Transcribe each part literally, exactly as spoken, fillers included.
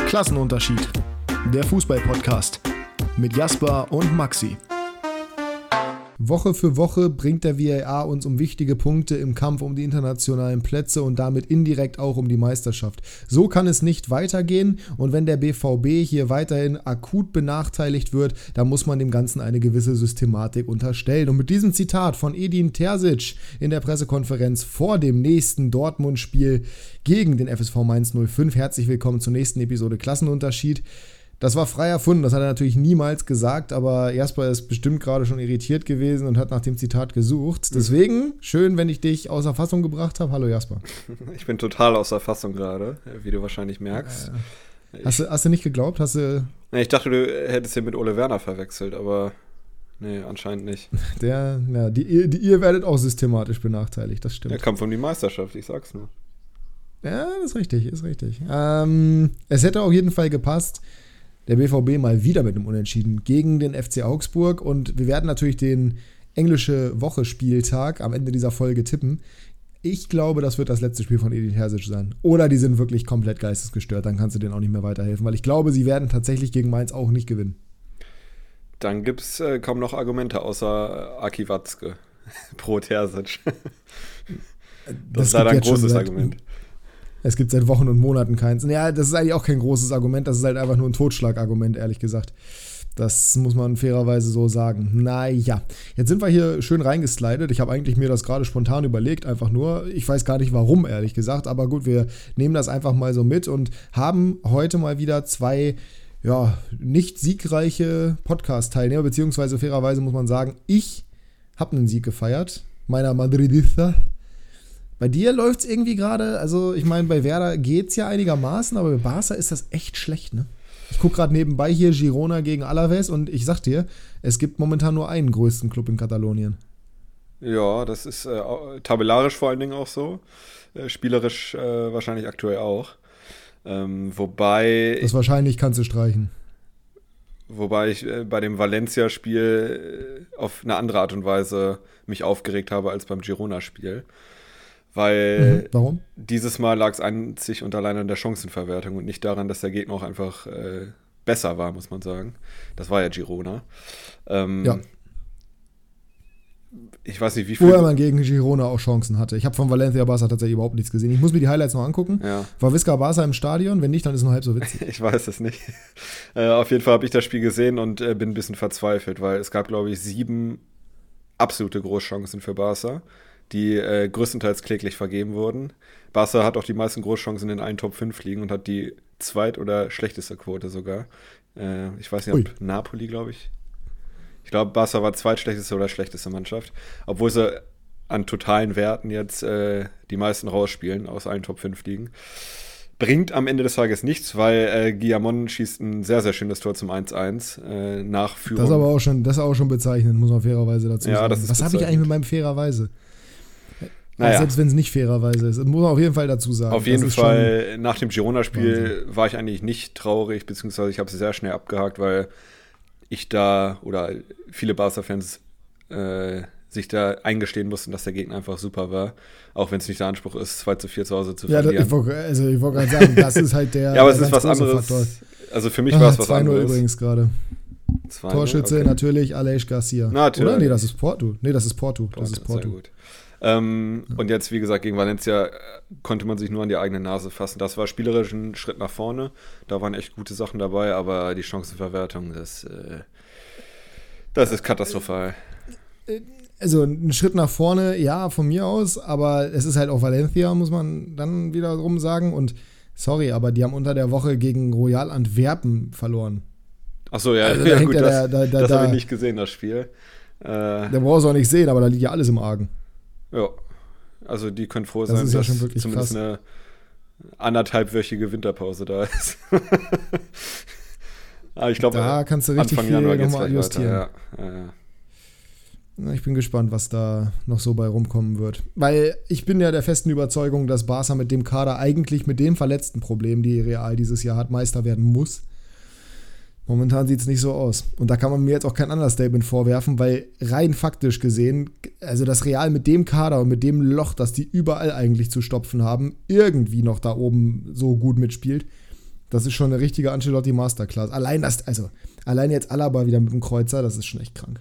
Klassenunterschied. Der Fußball-Podcast mit Jasper und Maxi. Woche für Woche bringt der V A R uns um wichtige Punkte im Kampf um die internationalen Plätze und damit indirekt auch um die Meisterschaft. So kann es nicht weitergehen und wenn der B V B hier weiterhin akut benachteiligt wird, dann muss man dem Ganzen eine gewisse Systematik unterstellen. Und mit diesem Zitat von Edin Terzic in der Pressekonferenz vor dem nächsten Dortmund-Spiel gegen den F S V Mainz null fünf, herzlich willkommen zur nächsten Episode Klassenunterschied. Das war frei erfunden, das hat er natürlich niemals gesagt, aber Jasper ist bestimmt gerade schon irritiert gewesen und hat nach dem Zitat gesucht. Deswegen, schön, wenn ich dich außer Fassung gebracht habe. Hallo Jasper. Ich bin total außer Fassung gerade, wie du wahrscheinlich merkst. Äh, hast, du, hast du nicht geglaubt? Hast du ich dachte, du hättest ihn mit Ole Werner verwechselt, aber nee, anscheinend nicht. Der, ja, die, die, ihr werdet auch systematisch benachteiligt, das stimmt. Der Kampf um die Meisterschaft, ich sag's nur. Ja, das ist richtig, ist richtig. Ähm, es hätte auf jeden Fall gepasst, der B V B mal wieder mit einem Unentschieden gegen den F C Augsburg. Und wir werden natürlich den englische Woche-Spieltag am Ende dieser Folge tippen. Ich glaube, das wird das letzte Spiel von Edin Terzic sein. Oder die sind wirklich komplett geistesgestört, dann kannst du denen auch nicht mehr weiterhelfen. Weil ich glaube, sie werden tatsächlich gegen Mainz auch nicht gewinnen. Dann gibt's äh, kaum noch Argumente außer äh, Aki Watzke pro Terzic. das, das ist leider ein großes Argument. Es gibt seit Wochen und Monaten keins. Ja, das ist eigentlich auch kein großes Argument, das ist halt einfach nur ein Totschlagargument, ehrlich gesagt. Das muss man fairerweise so sagen. Naja, jetzt sind wir hier schön reingeslidet. Ich habe eigentlich mir das gerade spontan überlegt, einfach nur. Ich weiß gar nicht warum, ehrlich gesagt. Aber gut, wir nehmen das einfach mal so mit und haben heute mal wieder zwei, ja, nicht siegreiche Podcast-Teilnehmer, beziehungsweise fairerweise muss man sagen, ich habe einen Sieg gefeiert, meiner Madridista. Bei dir läuft es irgendwie gerade, also ich meine, bei Werder geht es ja einigermaßen, aber bei Barca ist das echt schlecht, ne? Ich gucke gerade nebenbei hier Girona gegen Alaves und ich sag dir, es gibt momentan nur einen größten Club in Katalonien. Ja, das ist äh, tabellarisch vor allen Dingen auch so, äh, spielerisch äh, wahrscheinlich aktuell auch. Ähm, wobei... Das wahrscheinlich kannst du streichen. Wobei ich äh, bei dem Valencia-Spiel äh, auf eine andere Art und Weise mich aufgeregt habe als beim Girona-Spiel. Weil mhm. Warum? Dieses Mal lag es einzig und allein an der Chancenverwertung und nicht daran, dass der Gegner auch einfach äh, besser war, muss man sagen. Das war ja Girona. Ähm, ja. Ich weiß nicht, wie viel... Vorher man gegen Girona auch Chancen hatte. Ich habe von Valencia Barca tatsächlich überhaupt nichts gesehen. Ich muss mir die Highlights noch angucken. Ja. War Visca Barca im Stadion? Wenn nicht, dann ist es nur halb so witzig. Ich weiß es nicht. äh, auf jeden Fall habe ich das Spiel gesehen und äh, bin ein bisschen verzweifelt, weil es gab, glaube ich, sieben absolute Großchancen für Barca, die äh, größtenteils kläglich vergeben wurden. Barca hat auch die meisten Großchancen in allen Top fünf liegen und hat die zweit- oder schlechteste Quote sogar. Äh, ich weiß nicht, ob Ui. Napoli, glaube ich. Ich glaube, Barca war zweitschlechteste oder schlechteste Mannschaft. Obwohl sie an totalen Werten jetzt äh, die meisten rausspielen aus allen Top fünf ligen. Bringt am Ende des Tages nichts, weil äh, Guillamon schießt ein sehr, sehr schönes Tor zum eins eins äh, nach Führung. Das ist aber auch schon, das ist auch schon bezeichnend, muss man fairerweise dazu ja, sagen. Das ist Was habe ich eigentlich mit meinem fairerweise? Naja. Selbst wenn es nicht fairerweise ist, das muss man auf jeden Fall dazu sagen. Auf jeden Fall, nach dem Girona-Spiel Wahnsinn. War ich eigentlich nicht traurig, beziehungsweise ich habe es sehr schnell abgehakt, weil ich da oder viele Barca-Fans äh, sich da eingestehen mussten, dass der Gegner einfach super war, auch wenn es nicht der Anspruch ist, zwei zu vier zu Hause zu ja, verlieren. Ich wollte also ich wollt gerade sagen, das ist halt der Ja, aber es ist was anderes. Faktor. Also für mich ah, war es was zwei null anderes. Übrigens gerade. Torschütze okay. Natürlich Aleix Garcia. Natürlich. Oder? Nee, das ist Porto. Nee, das ist Porto. Porto das ist Porto. Sehr gut. Ähm, ja. Und jetzt, wie gesagt, gegen Valencia konnte man sich nur an die eigene Nase fassen. Das war spielerisch ein Schritt nach vorne. Da waren echt gute Sachen dabei, aber die Chancenverwertung, das, äh, das ist katastrophal. Also ein Schritt nach vorne, ja, von mir aus, aber es ist halt auch Valencia, muss man dann wiederum sagen. Und sorry, aber die haben unter der Woche gegen Royal Antwerpen verloren. Achso, ja, also, ja da gut, ja das, da, da, das da, habe ich nicht gesehen, das Spiel. Äh, da brauchst du auch nicht sehen, aber da liegt ja alles im Argen. Ja, also die können froh das sein, ist ja dass schon wirklich zumindest krass. eine anderthalbwöchige Winterpause da ist. Aber ich glaube, da kannst du richtig Anfang viel Januar geht's nochmal adjustieren. Ja, ja. Na, ich bin gespannt, was da noch so bei rumkommen wird. Weil ich bin ja der festen Überzeugung, dass Barca mit dem Kader eigentlich mit dem verletzten Problem, die Real dieses Jahr hat, Meister werden muss. Momentan sieht es nicht so aus. Und da kann man mir jetzt auch kein Understatement vorwerfen, weil rein faktisch gesehen, also das Real mit dem Kader und mit dem Loch, das die überall eigentlich zu stopfen haben, irgendwie noch da oben so gut mitspielt, Das ist schon eine richtige Ancelotti Masterclass. Allein das, also, allein jetzt Alaba wieder mit dem Kreuzer, das ist schon echt krank.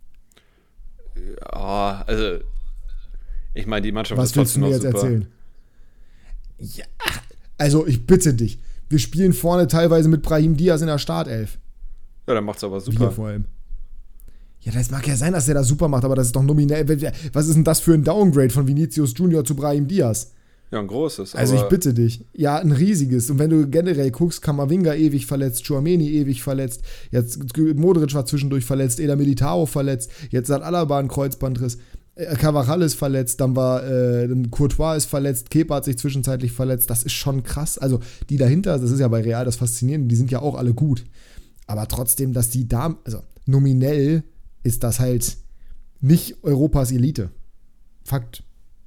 Ja, also, ich meine, die Mannschaft Was ist trotzdem noch super. Was willst du mir jetzt erzählen? Ja, also, ich bitte dich. Wir spielen vorne teilweise mit Brahim Diaz in der Startelf. Ja, dann macht's aber super. Wir vor allem. Ja, das mag ja sein, dass der das super macht, aber das ist doch nominell. Was ist denn das für ein Downgrade von Vinicius Junior zu Brahim Diaz? Ja, ein großes. Also ich bitte dich. Ja, ein riesiges. Und wenn du generell guckst, Camavinga ewig verletzt, Tchouaméni ewig verletzt, jetzt Modric war zwischendurch verletzt, Eder Militao verletzt, jetzt hat Alaba einen Kreuzbandriss, Carvajal ist verletzt, dann war äh, Courtois ist verletzt, Kepa hat sich zwischenzeitlich verletzt. Das ist schon krass. Also die dahinter, das ist ja bei Real das Faszinierende, die sind ja auch alle gut. Aber trotzdem, dass die da, also nominell ist das halt nicht Europas Elite. Fakt.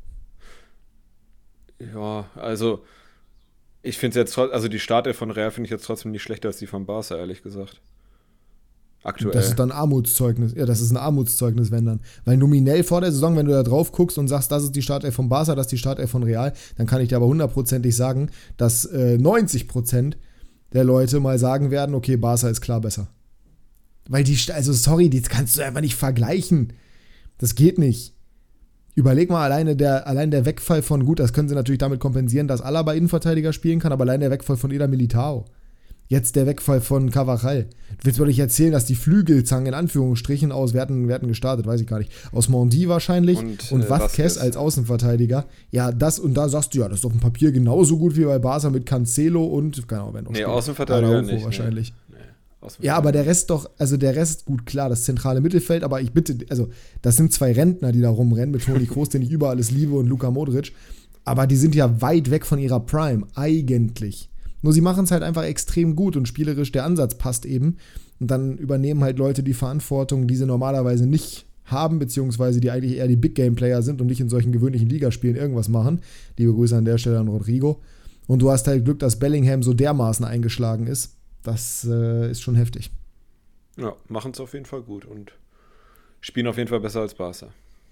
Ja, also ich finde es jetzt, also die Startelf von Real finde ich jetzt trotzdem nicht schlechter als die von Barca, ehrlich gesagt. Aktuell. Das ist dann Armutszeugnis. Ja, das ist ein Armutszeugnis, wenn dann. Weil nominell vor der Saison, wenn du da drauf guckst und sagst, das ist die Startelf von Barca, das ist die Startelf von Real, dann kann ich dir aber hundertprozentig sagen, dass äh, neunzig Prozent der Leute mal sagen werden, okay, Barca ist klar besser. Weil die, also sorry, die kannst du einfach nicht vergleichen. Das geht nicht. Überleg mal, alleine der, allein der Wegfall von, gut, das können sie natürlich damit kompensieren, dass Alaba Innenverteidiger spielen kann, aber allein der Wegfall von Eder Militao. Jetzt der Wegfall von Carvajal. Du willst mir nicht erzählen, dass die Flügelzangen in Anführungsstrichen aus, wir hatten, wir hatten gestartet, weiß ich gar nicht, aus Mondi wahrscheinlich und, und äh, Vázquez als Außenverteidiger. Ja, das und da sagst du, ja, das ist auf dem Papier genauso gut wie bei Barca mit Cancelo und, keine Ahnung, wenn Nee, Außenverteidiger nicht. Wahrscheinlich. Nee. Nee. Ja, aber der Rest doch, also der Rest, gut, klar, das zentrale Mittelfeld, aber ich bitte, also das sind zwei Rentner, die da rumrennen, mit Toni Kroos, den ich über alles liebe, und Luka Modric, aber die sind ja weit weg von ihrer Prime, eigentlich. Nur sie machen es halt einfach extrem gut und spielerisch der Ansatz passt eben. Und dann übernehmen halt Leute die Verantwortung, die sie normalerweise nicht haben, beziehungsweise die eigentlich eher die Big-Game-Player sind und nicht in solchen gewöhnlichen Ligaspielen irgendwas machen. Liebe Grüße an der Stelle an Rodrigo. Und du hast halt Glück, dass Bellingham so dermaßen eingeschlagen ist. Das äh, ist schon heftig. Ja, machen es auf jeden Fall gut und spielen auf jeden Fall besser als Barca.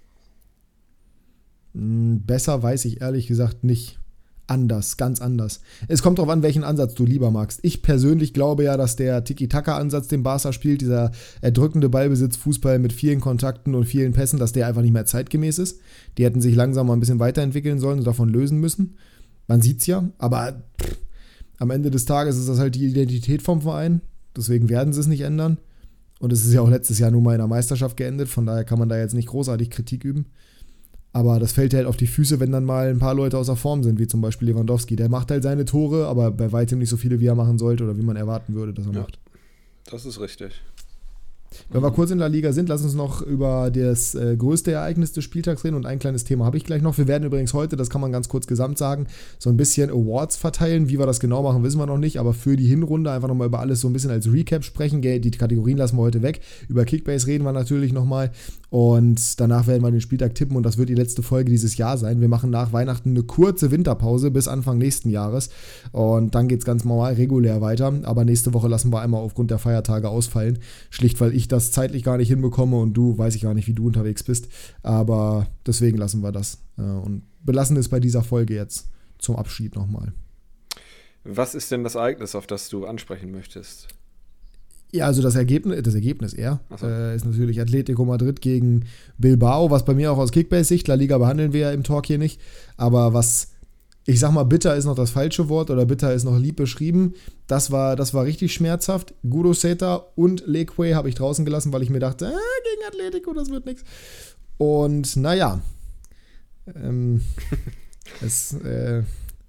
Besser weiß ich ehrlich gesagt nicht. Anders, ganz anders. Es kommt darauf an, welchen Ansatz du lieber magst. Ich persönlich glaube ja, dass der Tiki-Taka-Ansatz, den Barca spielt, dieser erdrückende Ballbesitz-Fußball mit vielen Kontakten und vielen Pässen, dass der einfach nicht mehr zeitgemäß ist. Die hätten sich langsam mal ein bisschen weiterentwickeln sollen und davon lösen müssen. Man sieht's ja, aber pff, am Ende des Tages ist das halt die Identität vom Verein. Deswegen werden sie es nicht ändern. Und es ist ja auch letztes Jahr nur mal in der Meisterschaft geendet. Von daher kann man da jetzt nicht großartig Kritik üben. Aber das fällt halt auf die Füße, wenn dann mal ein paar Leute außer Form sind, wie zum Beispiel Lewandowski. Der macht halt seine Tore, aber bei weitem nicht so viele, wie er machen sollte oder wie man erwarten würde, dass er ja, macht. Das ist richtig. Wenn wir kurz in der Liga sind, lass uns noch über das äh, größte Ereignis des Spieltags reden und ein kleines Thema habe ich gleich noch. Wir werden übrigens heute, das kann man ganz kurz gesamt sagen, so ein bisschen Awards verteilen. Wie wir das genau machen, wissen wir noch nicht, aber für die Hinrunde einfach nochmal über alles so ein bisschen als Recap sprechen. Die Kategorien lassen wir heute weg. Über Kickbase reden wir natürlich nochmal und danach werden wir den Spieltag tippen und das wird die letzte Folge dieses Jahr sein. Wir machen nach Weihnachten eine kurze Winterpause bis Anfang nächsten Jahres und dann geht es ganz normal regulär weiter, aber nächste Woche lassen wir einmal aufgrund der Feiertage ausfallen, schlicht weil ich das zeitlich gar nicht hinbekomme und du, weiß ich gar nicht, wie du unterwegs bist, aber deswegen lassen wir das und belassen es bei dieser Folge jetzt zum Abschied nochmal. Was ist denn das Ereignis, auf das du ansprechen möchtest? Ja, also das Ergebnis, das Ergebnis eher, so. äh, ist natürlich Atletico Madrid gegen Bilbao, was bei mir auch aus Kickbase-Sicht, La Liga behandeln wir ja im Talk hier nicht, aber was ich sag mal, bitter ist noch das falsche Wort oder bitter ist noch lieb beschrieben. Das war, das war richtig schmerzhaft. Guruceta und Leque habe ich draußen gelassen, weil ich mir dachte, äh, gegen Atletico, das wird nichts. Und naja, ähm, es, äh,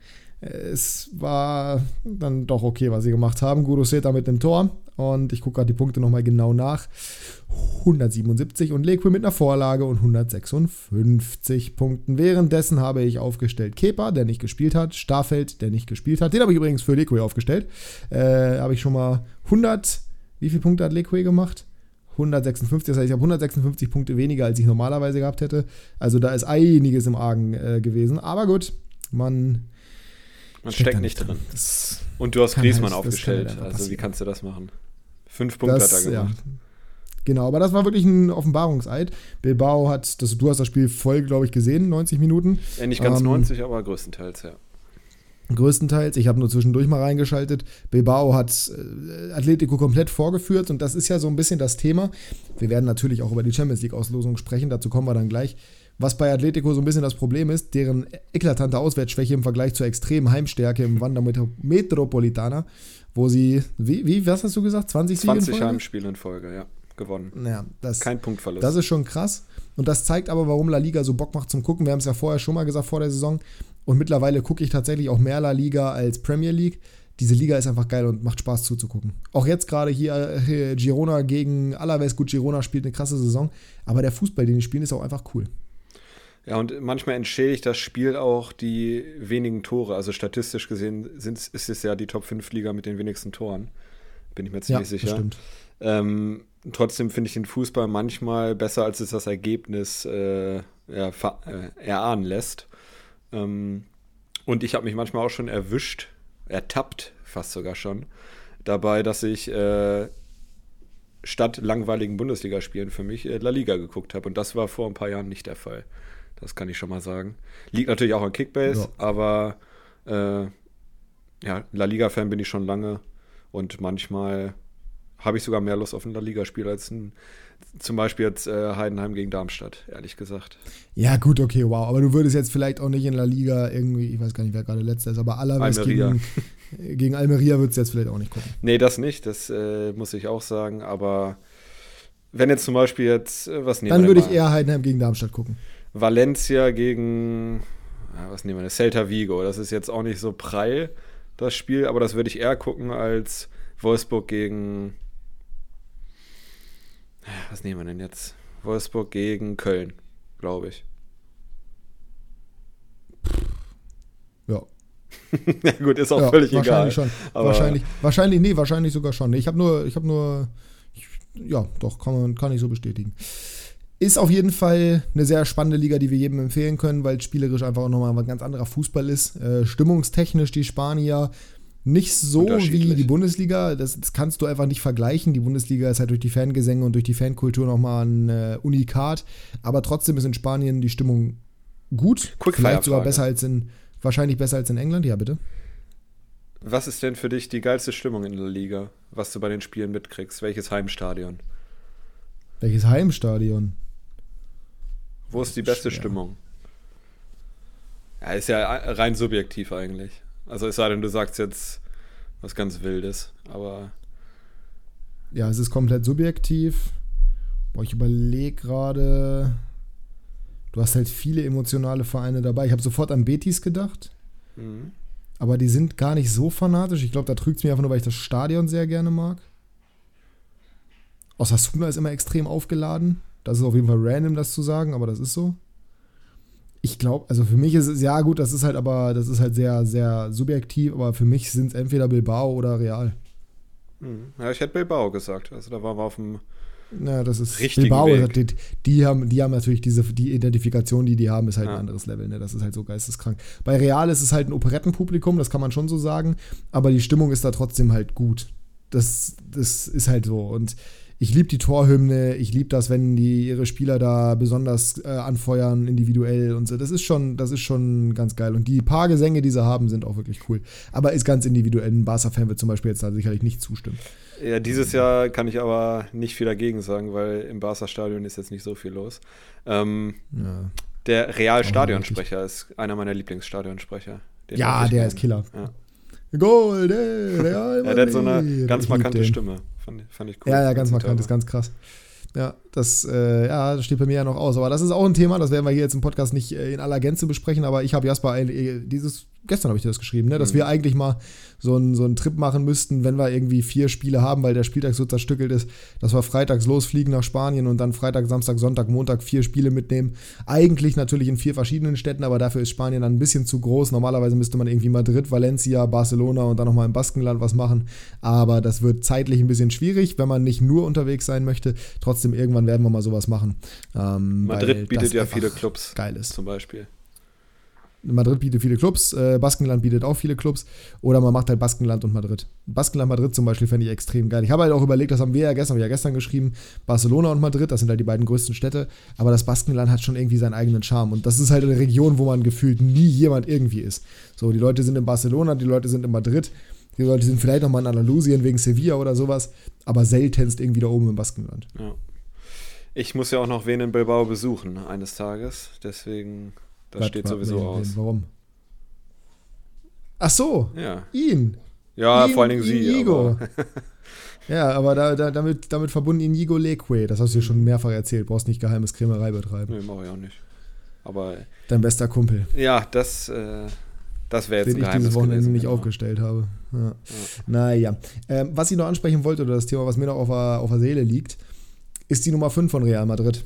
es war dann doch okay, was sie gemacht haben. Guruceta mit einem Tor und ich gucke gerade die Punkte nochmal genau nach. hundertsiebenundsiebzig und Leque mit einer Vorlage und hundertsechsundfünfzig Punkten. Währenddessen habe ich aufgestellt Kepa, der nicht gespielt hat, Starfeld, der nicht gespielt hat. Den habe ich übrigens für Leque aufgestellt. Äh, habe ich schon mal hundert, wie viele Punkte hat Leque gemacht? hundertsechsundfünfzig, das heißt, ich habe hundertsechsundfünfzig Punkte weniger, als ich normalerweise gehabt hätte. Also da ist einiges im Argen äh, gewesen. Aber gut, man... Man steckt nicht drin. Das und du hast Griezmann halt, aufgestellt. Halt also wie kannst du das machen? Fünf Punkte das, hat er gemacht. Ja. Genau, aber das war wirklich ein Offenbarungseid. Bilbao hat, das, du hast das Spiel voll, glaube ich, gesehen, neunzig Minuten. Ja, nicht ganz ähm, neunzig, aber größtenteils, ja. Größtenteils. Ich habe nur zwischendurch mal reingeschaltet. Bilbao hat äh, Atletico komplett vorgeführt und das ist ja so ein bisschen das Thema. Wir werden natürlich auch über die Champions League-Auslosung sprechen, dazu kommen wir dann gleich. Was bei Atletico so ein bisschen das Problem ist, deren eklatante Auswärtsschwäche im Vergleich zur extremen Heimstärke im Wanda Metropolitana, wo sie, wie, wie, was hast du gesagt, zwanzig Siege in Folge? zwanzig Heimspiele in Folge, ja, gewonnen. Ja, das, Kein Punktverlust. Das ist schon krass und das zeigt aber, warum La Liga so Bock macht zum Gucken. Wir haben es ja vorher schon mal gesagt, vor der Saison. Und mittlerweile gucke ich tatsächlich auch mehr La Liga als Premier League. Diese Liga ist einfach geil und macht Spaß zuzugucken. Auch jetzt gerade hier, hier Girona gegen Alaves. Gut, Girona spielt eine krasse Saison. Aber der Fußball, den die spielen, ist auch einfach cool. Ja, und manchmal entschädigt das Spiel auch die wenigen Tore. Also statistisch gesehen sind, ist es ja die Top fünf Liga mit den wenigsten Toren. Bin ich mir ziemlich ja, sicher. Das stimmt. Ähm, trotzdem finde ich den Fußball manchmal besser, als es das Ergebnis äh, ja, ver- äh, erahnen lässt. Und ich habe mich manchmal auch schon erwischt, ertappt fast sogar schon, dabei, dass ich äh, statt langweiligen Bundesligaspielen für mich äh, La Liga geguckt habe. Und das war vor ein paar Jahren nicht der Fall. Das kann ich schon mal sagen. Liegt natürlich auch an Kickbase, ja. aber äh, ja, La Liga-Fan bin ich schon lange und manchmal habe ich sogar mehr Lust auf ein La Liga-Spiel als ein zum Beispiel jetzt äh, Heidenheim gegen Darmstadt, ehrlich gesagt. Ja, gut, okay, wow. Aber du würdest jetzt vielleicht auch nicht in La Liga irgendwie, ich weiß gar nicht, wer gerade letzter ist, aber Alaves gegen, gegen Almeria würdest du jetzt vielleicht auch nicht gucken. Nee, das nicht, das äh, muss ich auch sagen. Aber wenn jetzt zum Beispiel jetzt, äh, was nehmen Dann wir würde mal? ich eher Heidenheim gegen Darmstadt gucken. Valencia gegen, ja, was nehmen wir, Celta Vigo. Das ist jetzt auch nicht so prall, das Spiel, aber das würde ich eher gucken als Wolfsburg gegen... Was nehmen wir denn jetzt? Wolfsburg gegen Köln, glaube ich. Ja. Ja gut, ist auch ja, völlig wahrscheinlich egal. Schon. Wahrscheinlich, wahrscheinlich, nee, wahrscheinlich sogar schon. Ich habe nur, ich habe nur, ich, ja, doch, kann man, kann ich so bestätigen. Ist auf jeden Fall eine sehr spannende Liga, die wir jedem empfehlen können, weil spielerisch einfach auch nochmal ein ganz anderer Fußball ist. Äh, stimmungstechnisch die Spanier nicht so wie die Bundesliga, das, das kannst du einfach nicht vergleichen. Die Bundesliga ist halt durch die Fangesänge und durch die Fankultur nochmal ein äh, Unikat, aber trotzdem ist in Spanien die Stimmung gut, vielleicht sogar besser als in, wahrscheinlich besser als in England, ja bitte. Was ist denn für dich die geilste Stimmung in der Liga, was du bei den Spielen mitkriegst? Welches Heimstadion? Welches Heimstadion? Wo ist die beste Schwer. Stimmung? Ja, ist ja rein subjektiv eigentlich. Also es sei denn, du sagst jetzt was ganz Wildes, aber... Ja, es ist komplett subjektiv. Boah, ich überlege gerade... Du hast halt viele emotionale Vereine dabei. Ich habe sofort an Betis gedacht. Mhm. Aber die sind gar nicht so fanatisch. Ich glaube, da trügt es mir einfach nur, weil ich das Stadion sehr gerne mag. Osasuna ist immer extrem aufgeladen. Das ist auf jeden Fall random, das zu sagen, aber das ist so. Ich glaube, also für mich ist es, ja gut, das ist halt aber, das ist halt sehr, sehr subjektiv, aber für mich sind es entweder Bilbao oder Real. Ja, ich hätte Bilbao gesagt, also da waren wir auf dem ja, das ist richtigen Bilbao, Weg. Die, die, haben, die haben natürlich diese, die Identifikation, die die haben, ist halt ja. ein anderes Level, ne? Das ist halt so geisteskrank. Bei Real ist es halt ein Operettenpublikum, das kann man schon so sagen, aber die Stimmung ist da trotzdem halt gut. Das, das ist halt so und ich liebe die Torhymne, ich liebe das, wenn die ihre Spieler da besonders äh, anfeuern, individuell und so. Das ist schon, das ist schon ganz geil. Und die paar Gesänge, die sie haben, sind auch wirklich cool. Aber ist ganz individuell. Ein Barca-Fan wird zum Beispiel jetzt da sicherlich nicht zustimmen. Ja, dieses Jahr kann ich aber nicht viel dagegen sagen, weil im Barca-Stadion ist jetzt nicht so viel los. Ähm, ja. Der Real-Stadionsprecher ist einer meiner Lieblingsstadionsprecher. Den ja, der ist Killer. Ja. Goal, der Real. Ja, der hat so eine ganz markante Stimme. Fand, fand ich cool. Ja, ja, ganz markant, ist ganz krass. Ja, das, äh, ja, das steht bei mir ja noch aus. Aber das ist auch ein Thema, das werden wir hier jetzt im Podcast nicht äh, in aller Gänze besprechen. Aber ich habe Jasper äh, dieses, gestern habe ich dir das geschrieben, ne, dass mhm. wir eigentlich mal so einen so einen Trip machen müssten, wenn wir irgendwie vier Spiele haben, weil der Spieltag so zerstückelt ist, dass wir freitags losfliegen nach Spanien und dann Freitag, Samstag, Sonntag, Montag vier Spiele mitnehmen. Eigentlich natürlich in vier verschiedenen Städten, aber dafür ist Spanien dann ein bisschen zu groß. Normalerweise müsste man irgendwie Madrid, Valencia, Barcelona und dann nochmal im Baskenland was machen. Aber das wird zeitlich ein bisschen schwierig, wenn man nicht nur unterwegs sein möchte. Trotzdem, irgendwann werden wir mal sowas machen. Ähm, Madrid bietet ja viele Clubs geil ist. Zum Beispiel. Madrid bietet viele Clubs, äh, Baskenland bietet auch viele Clubs. Oder man macht halt Baskenland und Madrid. Baskenland, Madrid zum Beispiel fände ich extrem geil. Ich habe halt auch überlegt, das haben wir ja gestern, haben wir ja gestern geschrieben, Barcelona und Madrid, das sind halt die beiden größten Städte. Aber das Baskenland hat schon irgendwie seinen eigenen Charme. Und das ist halt eine Region, wo man gefühlt nie jemand irgendwie ist. So, die Leute sind in Barcelona, die Leute sind in Madrid. Die Leute sind vielleicht nochmal in Andalusien wegen Sevilla oder sowas. Aber seltenst irgendwie da oben im Baskenland. Ja. Ich muss ja auch noch wen in Bilbao besuchen eines Tages. Deswegen... Das Was, steht was, sowieso wen, aus. Wen, warum? Ach so, ja. ihn. Ja, ihn, vor allen Dingen sie. Inigo. Aber ja, aber da, da, damit, damit verbunden Inigo Leque. Das hast du dir schon mehrfach erzählt. Brauchst nicht geheimes Krämerei betreiben. Nee, mach ich auch nicht. Aber dein bester Kumpel. Ja, das, äh, das wäre jetzt den ein ich dieses Wochenende gewesen, nicht genau. aufgestellt habe. Ja. Ja. Naja. Ähm, was ich noch ansprechen wollte, oder das Thema, was mir noch auf der, auf der Seele liegt, ist die Nummer fünf von Real Madrid.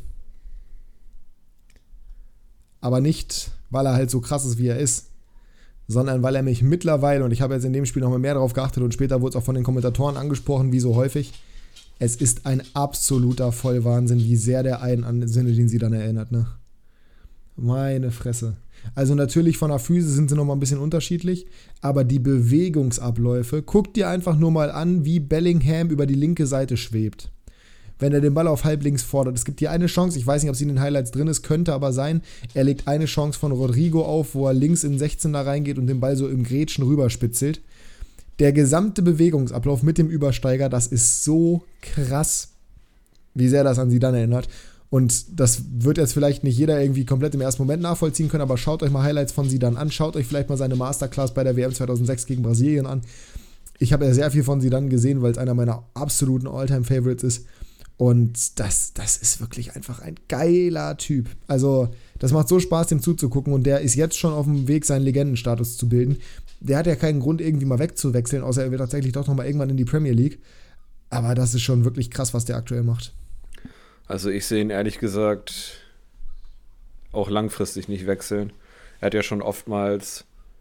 Aber nicht, weil er halt so krass ist, wie er ist, sondern weil er mich mittlerweile, und ich habe jetzt in dem Spiel noch mal mehr darauf geachtet und später wurde es auch von den Kommentatoren angesprochen, wie so häufig, es ist ein absoluter Vollwahnsinn, wie sehr der einen an Zinedine Zidane erinnert, ne? Meine Fresse. Also natürlich von der Füße sind sie noch mal ein bisschen unterschiedlich, aber die Bewegungsabläufe, guck dir einfach nur mal an, wie Bellingham über die linke Seite schwebt. Wenn er den Ball auf halblinks fordert. Es gibt hier eine Chance, ich weiß nicht, ob sie in den Highlights drin ist, könnte aber sein, er legt eine Chance von Rodrigo auf, wo er links in den sechzehner reingeht und den Ball so im Grätschen rüberspitzelt. Der gesamte Bewegungsablauf mit dem Übersteiger, das ist so krass, wie sehr das an Zidane erinnert. Und das wird jetzt vielleicht nicht jeder irgendwie komplett im ersten Moment nachvollziehen können, aber schaut euch mal Highlights von Zidane an, schaut euch vielleicht mal seine Masterclass bei der W M zweitausendsechs gegen Brasilien an. Ich habe ja sehr viel von Zidane gesehen, weil es einer meiner absoluten All-Time-Favorites ist. Und das, das ist wirklich einfach ein geiler Typ. Also, das macht so Spaß, dem zuzugucken. Und der ist jetzt schon auf dem Weg, seinen Legendenstatus zu bilden. Der hat ja keinen Grund, irgendwie mal wegzuwechseln, außer er will tatsächlich doch nochmal irgendwann in die Premier League. Aber das ist schon wirklich krass, was der aktuell macht. Also, ich sehe ihn ehrlich gesagt auch langfristig nicht wechseln. Er hat ja schon oftmals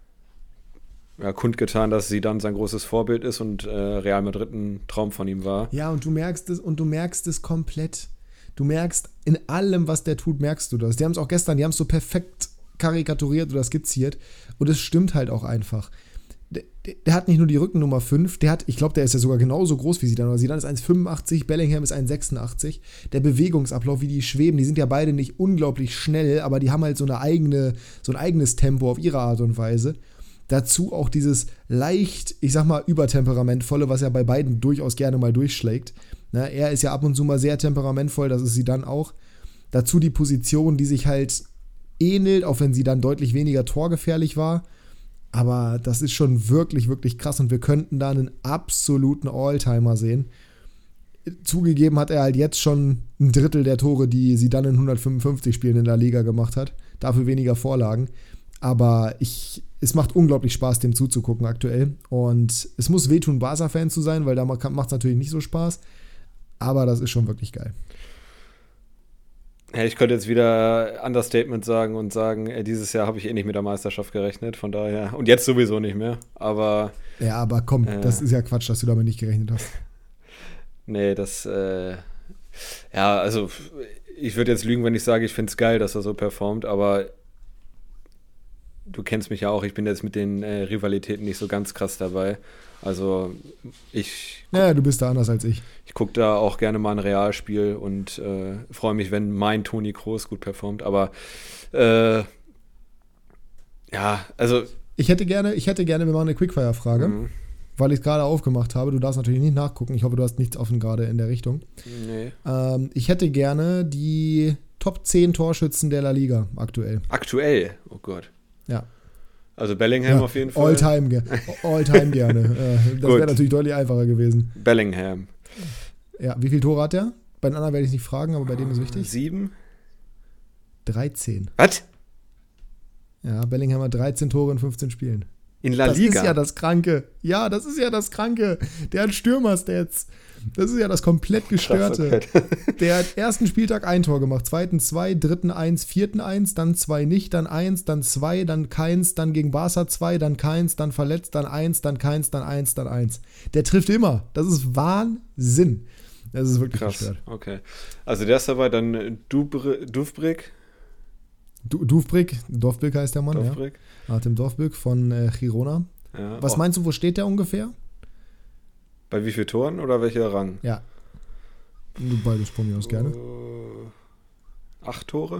ja, kundgetan, dass sie dann sein großes Vorbild ist und äh, Real Madrid ein Traum von ihm war. Ja, und du merkst es, und du merkst es komplett. Du merkst, in allem, was der tut, merkst du das. Die haben es auch gestern, die haben es so perfekt karikaturiert oder skizziert. Und es stimmt halt auch einfach. Der, der, der hat nicht nur die Rückennummer fünf, der hat, ich glaube, der ist ja sogar genauso groß wie Zidane. Zidane ist eins Komma fünfundachtzig, Bellingham ist eins Komma sechsundachtzig. Der Bewegungsablauf, wie die schweben, die sind ja beide nicht unglaublich schnell, aber die haben halt so eine eigene, so ein eigenes Tempo auf ihre Art und Weise. Dazu auch dieses leicht, ich sag mal, übertemperamentvolle, was ja bei beiden durchaus gerne mal durchschlägt. Ne, er ist ja ab und zu mal sehr temperamentvoll, das ist sie dann auch. Dazu die Position, die sich halt ähnelt, auch wenn sie dann deutlich weniger torgefährlich war. Aber das ist schon wirklich, wirklich krass und wir könnten da einen absoluten Alltimer sehen. Zugegeben hat er halt jetzt schon ein Drittel der Tore, die sie dann in hundertfünfundfünfzig Spielen in der Liga gemacht hat. Dafür weniger Vorlagen. Aber ich, es macht unglaublich Spaß, dem zuzugucken aktuell. Und es muss wehtun, Barca-Fan zu sein, weil da macht es natürlich nicht so Spaß. Aber das ist schon wirklich geil. Ja, ich könnte jetzt wieder Understatement sagen und sagen, ey, dieses Jahr habe ich eh nicht mit der Meisterschaft gerechnet, von daher. Und jetzt sowieso nicht mehr. Aber. Ja, aber komm, äh, das ist ja Quatsch, dass du damit nicht gerechnet hast. Nee, das. Äh, ja, also, ich würde jetzt lügen, wenn ich sage, ich finde es geil, dass er so performt, aber. Du kennst mich ja auch, ich bin jetzt mit den äh, Rivalitäten nicht so ganz krass dabei. Also ich... Ja, du bist da anders als ich. Ich gucke da auch gerne mal ein Realspiel und äh, freue mich, wenn mein Toni Kroos gut performt. Aber äh, ja, also... Ich hätte gerne, ich hätte gerne, wir machen eine Quickfire-Frage, mhm. weil ich es gerade aufgemacht habe. Du darfst natürlich nicht nachgucken. Ich hoffe, du hast nichts offen gerade in der Richtung. Nee. Ähm, ich hätte gerne die Top zehn Torschützen der La Liga aktuell. Aktuell? Oh Gott. Ja. Also Bellingham ja, auf jeden Fall. All-time, ge- all-time gerne. Äh, das wäre natürlich deutlich einfacher gewesen. Bellingham. Ja, wie viele Tore hat der? Bei den anderen werde ich nicht fragen, aber bei dem ist wichtig. Sieben? dreizehn. Was? Ja, Bellingham hat dreizehn Tore in fünfzehn Spielen. In La das Liga? Das ist ja das Kranke. Ja, das ist ja das Kranke. Der hat Stürmer-Stats. Das ist ja das komplett Gestörte. Krass, okay. Der hat ersten Spieltag ein Tor gemacht, zweiten zwei, dritten eins, vierten eins, dann zwei nicht, dann eins, dann zwei, dann keins, dann gegen Barca zwei, dann keins, dann verletzt, dann eins, dann keins, dann eins, dann eins. Der trifft immer. Das ist Wahnsinn. Das ist wirklich krass. Gestört. Okay. Also der ist dabei, dann Dubr- Duvbrik. Du, Duvbrik, Dovbyk heißt der Mann, Dovbyk. ja. Artem Dovbyk von äh, Girona. Ja, Was auch. meinst du, wo steht der ungefähr? Bei wie vielen Toren oder welcher Rang? Ja. Du beides von mir aus gerne. Uh, acht Tore?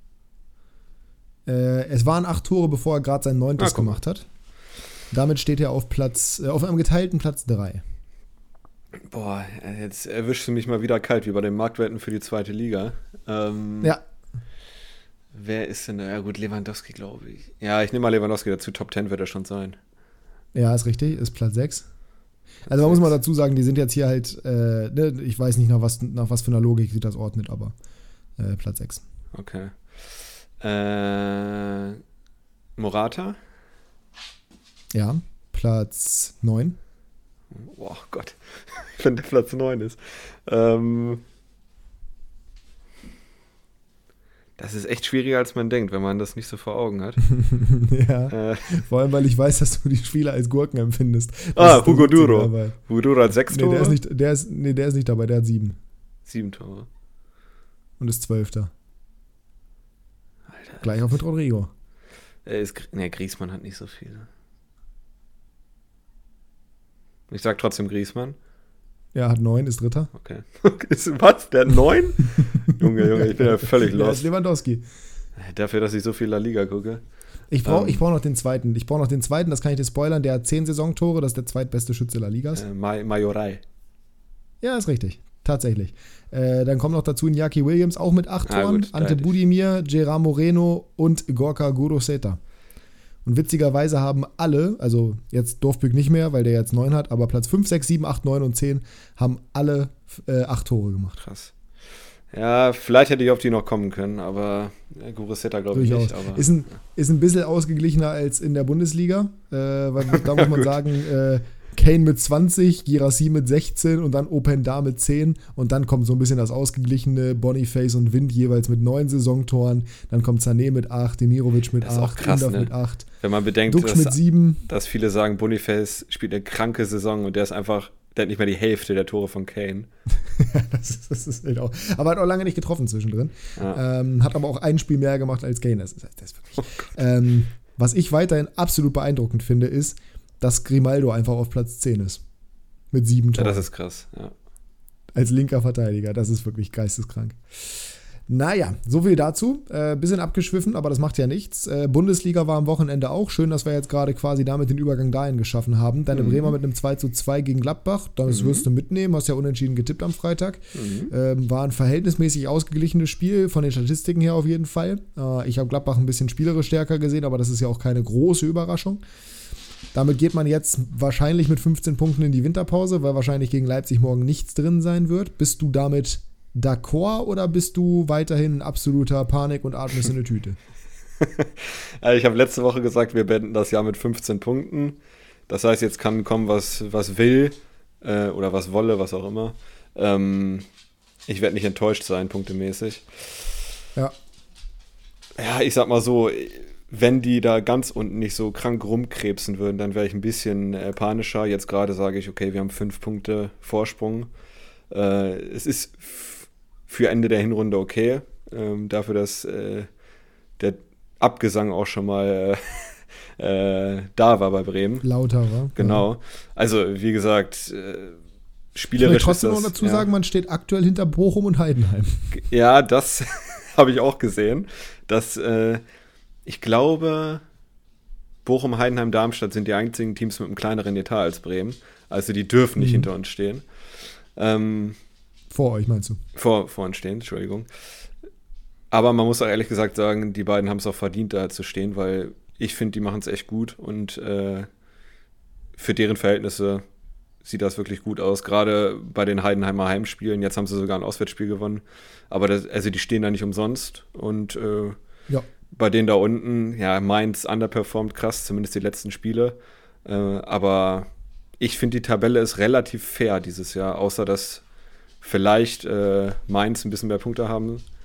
Äh, es waren acht Tore, bevor er gerade sein neuntes Ah, guck mal. gemacht hat. Damit steht er auf Platz, äh, auf einem geteilten Platz drei. Boah, jetzt erwischst du mich mal wieder kalt, wie bei den Marktwerten für die zweite Liga. Ähm, Ja. Wer ist denn da? Ja gut, Lewandowski, glaube ich. Ja, ich nehme mal Lewandowski dazu. Top zehn wird er schon sein. Ja, ist richtig, ist Platz sechs. Also man muss mal dazu sagen, die sind jetzt hier halt, äh, ne, ich weiß nicht, nach was, nach was für einer Logik sie das ordnet, aber äh, Platz sechs. Okay. Äh, Morata? Ja, Platz neun. Boah, Gott. Wenn der Platz neun ist. Ähm, das ist echt schwieriger, als man denkt, wenn man das nicht so vor Augen hat. Ja, äh, vor allem, weil ich weiß, dass du die Spieler als Gurken empfindest. Das ah, ist der Hugo Witzige Duro. dabei. Hugo Duro hat sechs Nee, Tore? der ist, nicht, der, ist, nee, der ist nicht dabei, der hat sieben. Sieben Tore. Und ist Zwölfter. Alter. Gleich auf mit Rodrigo. Er ist, ne, Griezmann hat nicht so viele. Ich sag trotzdem Griezmann. Ja, hat neun, ist Dritter. Okay. Ist, was? Der hat neun? Junge, Junge, ich bin ja völlig Ja, ist lost. Lewandowski. Dafür, dass ich so viel La Liga gucke. Ich brauche Ähm. ich brauch noch den zweiten. Ich brauche noch den zweiten, das kann ich dir spoilern. Der hat zehn Saisontore, das ist der zweitbeste Schütze La Ligas. Äh, Ma- Majorai. Ja, ist richtig. Tatsächlich. Äh, dann kommt noch dazu Iñaki Williams, auch mit acht Ah, Toren. gut, da Ante hätte ich- Budimir, Gerard Moreno und Gorka Guroseta. Und witzigerweise haben alle, also jetzt Dovbyk nicht mehr, weil der jetzt neun hat, aber Platz fünf, sechs, sieben, acht, neun und zehn haben alle äh, acht Tore gemacht. Krass. Ja, vielleicht hätte ich auf die noch kommen können, aber ja, Gurisetta glaube ich Durchaus. nicht. Aber, Ist ein, ist ein bisschen ausgeglichener als in der Bundesliga, äh, weil da muss man Gut. sagen, äh, Kane mit zwanzig, Girassi mit sechzehn und dann Openda mit zehn und dann kommt so ein bisschen das ausgeglichene Boniface und Wind jeweils mit neun Saisontoren, dann kommt Sané mit acht, Demirovic mit Das ist auch acht, krass, Indaf ne? mit acht, wenn man bedenkt, Dux mit dass, sieben. dass viele sagen, Boniface spielt eine kranke Saison und der ist einfach, der hat nicht mehr die Hälfte der Tore von Kane. das ist, das ist halt auch, aber hat auch lange nicht getroffen zwischendrin. Ja. Ähm, hat aber auch ein Spiel mehr gemacht als Kane. Das ist, das ist wirklich, ähm, was ich weiterhin absolut beeindruckend finde, ist, dass Grimaldo einfach auf Platz zehn ist. Mit sieben Ja, Toren. das ist krass. Ja. Als linker Verteidiger. Das ist wirklich geisteskrank. Naja, so viel dazu. Äh, bisschen abgeschwiffen, aber das macht ja nichts. Äh, Bundesliga war am Wochenende auch. Schön, dass wir jetzt gerade quasi damit den Übergang dahin geschaffen haben. Deine Mhm. Bremer mit einem zwei zu zwei gegen Gladbach. Das Mhm. wirst du mitnehmen. Hast ja unentschieden getippt am Freitag. Mhm. Ähm, war ein verhältnismäßig ausgeglichenes Spiel, von den Statistiken her auf jeden Fall. Äh, ich habe Gladbach ein bisschen spielerisch stärker gesehen, aber das ist ja auch keine große Überraschung. Damit geht man jetzt wahrscheinlich mit fünfzehn Punkten in die Winterpause, weil wahrscheinlich gegen Leipzig morgen nichts drin sein wird. Bist du damit d'accord oder bist du weiterhin in absoluter Panik und atmest in eine Tüte? Also ich habe letzte Woche gesagt, wir beenden das Jahr mit fünfzehn Punkten. Das heißt, jetzt kann kommen, was, was will äh, oder was wolle, was auch immer. Ähm, ich werde nicht enttäuscht sein, punktemäßig. Ja. Ja, ich sag mal so, wenn die da ganz unten nicht so krank rumkrebsen würden, dann wäre ich ein bisschen äh, panischer. Jetzt gerade sage ich, okay, wir haben fünf Punkte Vorsprung. Äh, es ist f- für Ende der Hinrunde okay. Ähm, dafür, dass äh, der Abgesang auch schon mal äh, äh, da war bei Bremen. Lauter war. Genau. Also, wie gesagt, äh, Ich will spielerisch trotzdem ist noch das, dazu ja. sagen, man steht aktuell hinter Bochum und Heidenheim. Ja, das habe ich auch gesehen. Dass, äh, ich glaube, Bochum, Heidenheim, Darmstadt sind die einzigen Teams mit einem kleineren Etat als Bremen. Also die dürfen nicht Mhm. hinter uns stehen. Ähm, Vor euch, meinst du? vor, vor uns stehen, Entschuldigung. Aber man muss auch ehrlich gesagt sagen, die beiden haben es auch verdient, da zu stehen, weil ich finde, die machen es echt gut und äh, für deren Verhältnisse sieht das wirklich gut aus. Gerade bei den Heidenheimer Heimspielen, jetzt haben sie sogar ein Auswärtsspiel gewonnen, aber das, also die stehen da nicht umsonst und äh, Ja. bei denen da unten, ja, Mainz underperformt krass, zumindest die letzten Spiele, äh, aber ich finde, die Tabelle ist relativ fair dieses Jahr, außer dass vielleicht äh, Mainz ein bisschen mehr Punkte haben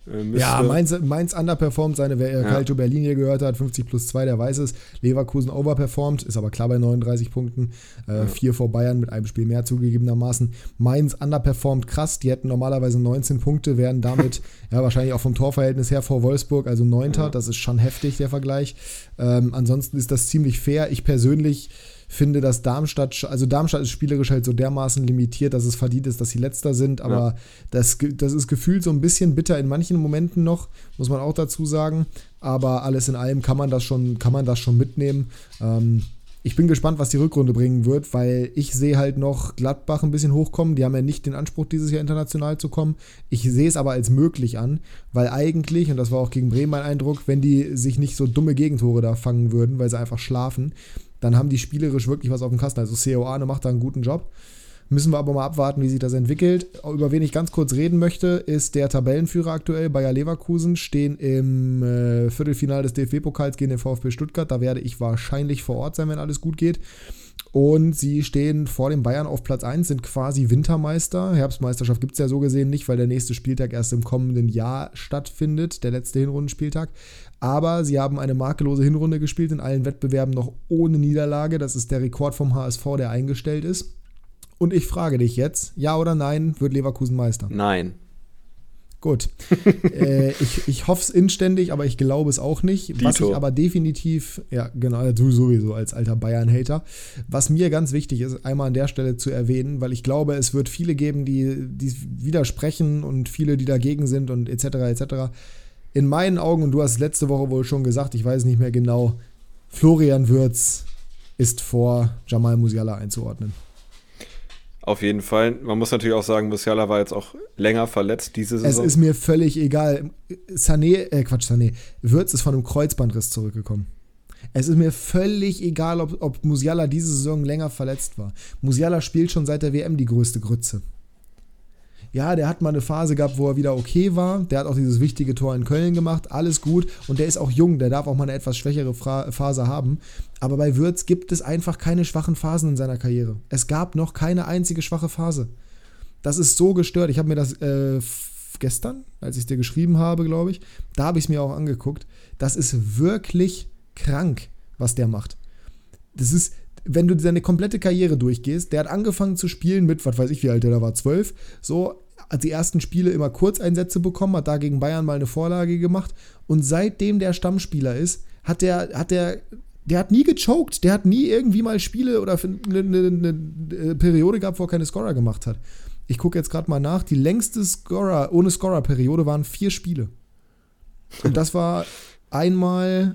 Müsste. Ja, Mainz, Mainz underperformt seine, wer ja. Calcio Berlin hier gehört hat, fünfzig plus zwei, der weiß es. Leverkusen overperformt, ist aber klar bei neununddreißig Punkten. Äh, ja. Vier vor Bayern mit einem Spiel mehr zugegebenermaßen. Mainz underperformt krass, die hätten normalerweise neunzehn Punkte, wären damit ja wahrscheinlich auch vom Torverhältnis her vor Wolfsburg, also Neunter. Ja. Das ist schon heftig, der Vergleich. Ähm, ansonsten ist das ziemlich fair. Ich persönlich finde, dass Darmstadt, also Darmstadt ist spielerisch halt so dermaßen limitiert, dass es verdient ist, dass sie Letzter sind, aber ja. das, das ist gefühlt so ein bisschen bitter in manchen Momenten noch, muss man auch dazu sagen, aber alles in allem kann man das schon, kann man das schon mitnehmen. Ähm, ich bin gespannt, was die Rückrunde bringen wird, weil ich sehe halt noch Gladbach ein bisschen hochkommen, die haben ja nicht den Anspruch, dieses Jahr international zu kommen. Ich sehe es aber als möglich an, weil eigentlich, und das war auch gegen Bremen mein Eindruck, wenn die sich nicht so dumme Gegentore da fangen würden, weil sie einfach schlafen, dann haben die spielerisch wirklich was auf dem Kasten. Also C O Arne macht da einen guten Job. Müssen wir aber mal abwarten, wie sich das entwickelt. Über wen ich ganz kurz reden möchte, ist der Tabellenführer aktuell, Bayer Leverkusen, stehen im äh, Viertelfinale des D F B-Pokals gegen den VfB Stuttgart. Da werde ich wahrscheinlich vor Ort sein, wenn alles gut geht. Und sie stehen vor den Bayern auf Platz eins, sind quasi Wintermeister. Herbstmeisterschaft gibt es ja so gesehen nicht, weil der nächste Spieltag erst im kommenden Jahr stattfindet, der letzte Hinrundenspieltag. Aber sie haben eine makellose Hinrunde gespielt, in allen Wettbewerben noch ohne Niederlage. Das ist der Rekord vom H S V, der eingestellt ist. Und ich frage dich jetzt, ja oder nein, wird Leverkusen Meister? Nein. Gut. äh, ich ich hoffe es inständig, aber ich glaube es auch nicht. Dito. Was ich aber definitiv, ja genau, du sowieso als alter Bayern-Hater, was mir ganz wichtig ist, einmal an der Stelle zu erwähnen, weil ich glaube, es wird viele geben, die, die widersprechen und viele, die dagegen sind und et cetera et cetera. In meinen Augen, und du hast es letzte Woche wohl schon gesagt, ich weiß nicht mehr genau, Florian Wirtz ist vor Jamal Musiala einzuordnen. Auf jeden Fall. Man muss natürlich auch sagen, Musiala war jetzt auch länger verletzt diese Saison. Es ist mir völlig egal. Sané, äh Quatsch, Sané. Wirtz ist von einem Kreuzbandriss zurückgekommen. Es ist mir völlig egal, ob, ob Musiala diese Saison länger verletzt war. Musiala spielt schon seit der W M die größte Grütze. Ja, der hat mal eine Phase gehabt, wo er wieder okay war. Der hat auch dieses wichtige Tor in Köln gemacht. Alles gut. Und der ist auch jung. Der darf auch mal eine etwas schwächere Fra- Phase haben. Aber bei Wirtz gibt es einfach keine schwachen Phasen in seiner Karriere. Es gab noch keine einzige schwache Phase. Das ist so gestört. Ich habe mir das äh, f- gestern, als ich es dir geschrieben habe, glaube ich, da habe ich es mir auch angeguckt. Das ist wirklich krank, was der macht. Das ist... Wenn du seine komplette Karriere durchgehst, der hat angefangen zu spielen mit, was weiß ich, wie alt der da war, zwölf, so, hat die ersten Spiele immer Kurzeinsätze bekommen, hat da gegen Bayern mal eine Vorlage gemacht und seitdem der Stammspieler ist, hat der, hat der, der hat nie gechoked, der hat nie irgendwie mal Spiele oder eine, eine, eine Periode gehabt, wo er keine Scorer gemacht hat. Ich gucke jetzt gerade mal nach, die längste Scorer, ohne Scorer-Periode waren vier Spiele. Und das war einmal...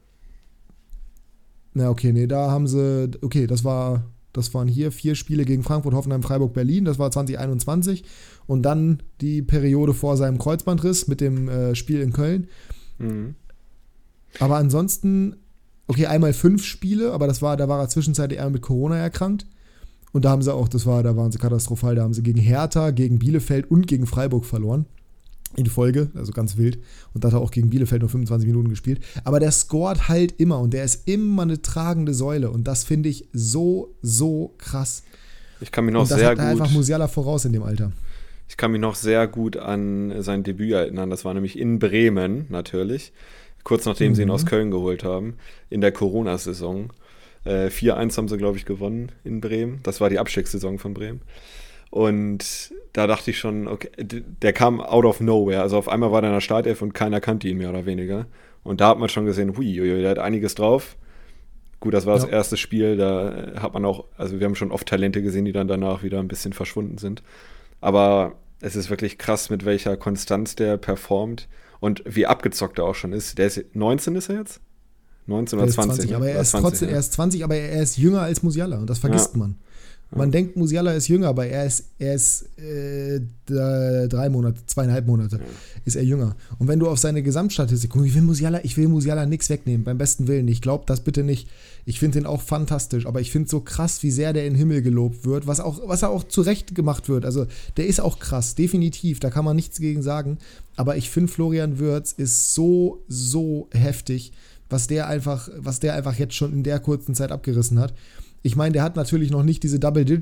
Na, okay, nee, da haben sie, okay, das war, das waren hier vier Spiele gegen Frankfurt, Hoffenheim, Freiburg, Berlin, das war zwanzig einundzwanzig und dann die Periode vor seinem Kreuzbandriss mit dem äh, Spiel in Köln. Mhm. Aber ansonsten, okay, einmal fünf Spiele, aber das war, da war er zwischenzeitlich eher mit Corona erkrankt und da haben sie auch, das war, da waren sie katastrophal, da haben sie gegen Hertha, gegen Bielefeld und gegen Freiburg verloren. In Folge, also ganz wild. Und da hat er auch gegen Bielefeld nur fünfundzwanzig Minuten gespielt. Aber der scoret halt immer und der ist immer eine tragende Säule. Und das finde ich so, so krass. Ich kann mich noch und das sehr hat gut. einfach Musiala voraus in dem Alter. Ich kann mich noch sehr gut an sein Debüt erinnern. Das war nämlich in Bremen natürlich. Kurz nachdem mhm. sie ihn aus Köln geholt haben. In der Corona-Saison. Äh, vier eins haben sie, glaube ich, gewonnen in Bremen. Das war die Abstiegssaison von Bremen. Und da dachte ich schon, okay, der kam out of nowhere. Also auf einmal war der in der Startelf und keiner kannte ihn mehr oder weniger. Und da hat man schon gesehen, hui, hui, der hat einiges drauf. Gut, das war ja. das erste Spiel, da hat man auch, also wir haben schon oft Talente gesehen, die dann danach wieder ein bisschen verschwunden sind. Aber es ist wirklich krass, mit welcher Konstanz der performt und wie abgezockt er auch schon ist. Der ist neunzehn ist er jetzt? neunzehn oder zwanzig. zwanzig, aber er ist zwanzig, trotzdem, ja. er ist zwanzig, aber er ist jünger als Musiala und das vergisst ja. man. Man ja. denkt, Musiala ist jünger, aber er ist, er ist äh, drei Monate, zweieinhalb Monate ja. ist er jünger. Und wenn du auf seine Gesamtstatistik guckst, ich will Musiala, ich will Musiala nichts wegnehmen, beim besten Willen. Ich glaube das bitte nicht. Ich finde ihn auch fantastisch, aber ich finde es so krass, wie sehr der in den Himmel gelobt wird, was, auch, was er auch zurecht gemacht wird. Also der ist auch krass, definitiv, da kann man nichts gegen sagen. Aber ich finde, Florian Wirtz ist so, so heftig, was der einfach, was der einfach jetzt schon in der kurzen Zeit abgerissen hat. Ich meine, der hat natürlich noch nicht diese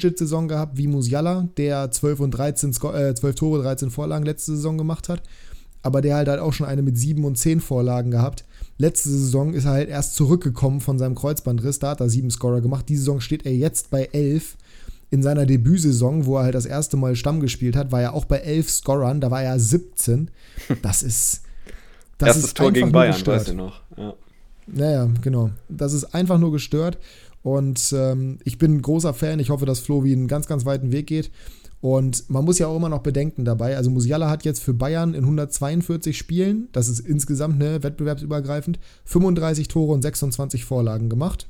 Double-Digit-Saison gehabt wie Musiala, der zwölf und dreizehn, äh, zwölf Tore, dreizehn Vorlagen letzte Saison gemacht hat. aber der halt, halt auch schon eine mit sieben und zehn Vorlagen gehabt. Letzte Saison ist er halt erst zurückgekommen von seinem Kreuzbandriss, da hat er sieben Scorer gemacht. Diese Saison steht er jetzt bei elf. In seiner Debütsaison, wo er halt das erste Mal Stamm gespielt hat, war er auch bei elf Scorern, da war er siebzehn. Das ist das Erstes ist Tor gegen Bayern, gestört. weißt du noch. Ja. Naja, genau. Das ist einfach nur gestört. Und ähm, ich bin ein großer Fan. Ich hoffe, dass Flovi einen ganz, ganz weiten Weg geht. Und man muss ja auch immer noch bedenken dabei, also Musiala hat jetzt für Bayern in hundertzweiundvierzig Spielen, das ist insgesamt ne, wettbewerbsübergreifend, fünfunddreißig Tore und sechsundzwanzig Vorlagen gemacht.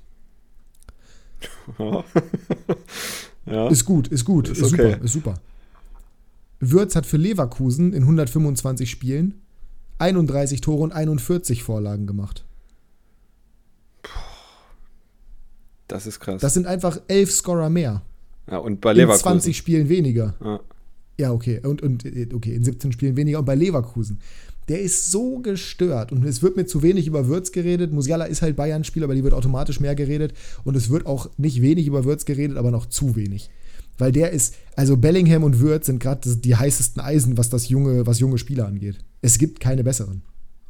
Ja. Ist gut, ist gut, ist, ist okay. super, ist super. Würz hat für Leverkusen in hundertfünfundzwanzig Spielen einunddreißig Tore und einundvierzig Vorlagen gemacht. Das ist krass. Das sind einfach elf Scorer mehr. Ja, und bei Leverkusen. In zwanzig Spielen weniger. Ja, ja okay. Und, und okay, in siebzehn Spielen weniger. Und bei Leverkusen. Der ist so gestört. Und es wird mir zu wenig über Würz geredet. Musiala ist halt Bayern-Spieler, aber die wird automatisch mehr geredet. Und es wird auch nicht wenig über Würz geredet, aber noch zu wenig. Weil der ist, also Bellingham und Würz sind gerade die heißesten Eisen, was das junge, was junge Spieler angeht. Es gibt keine besseren.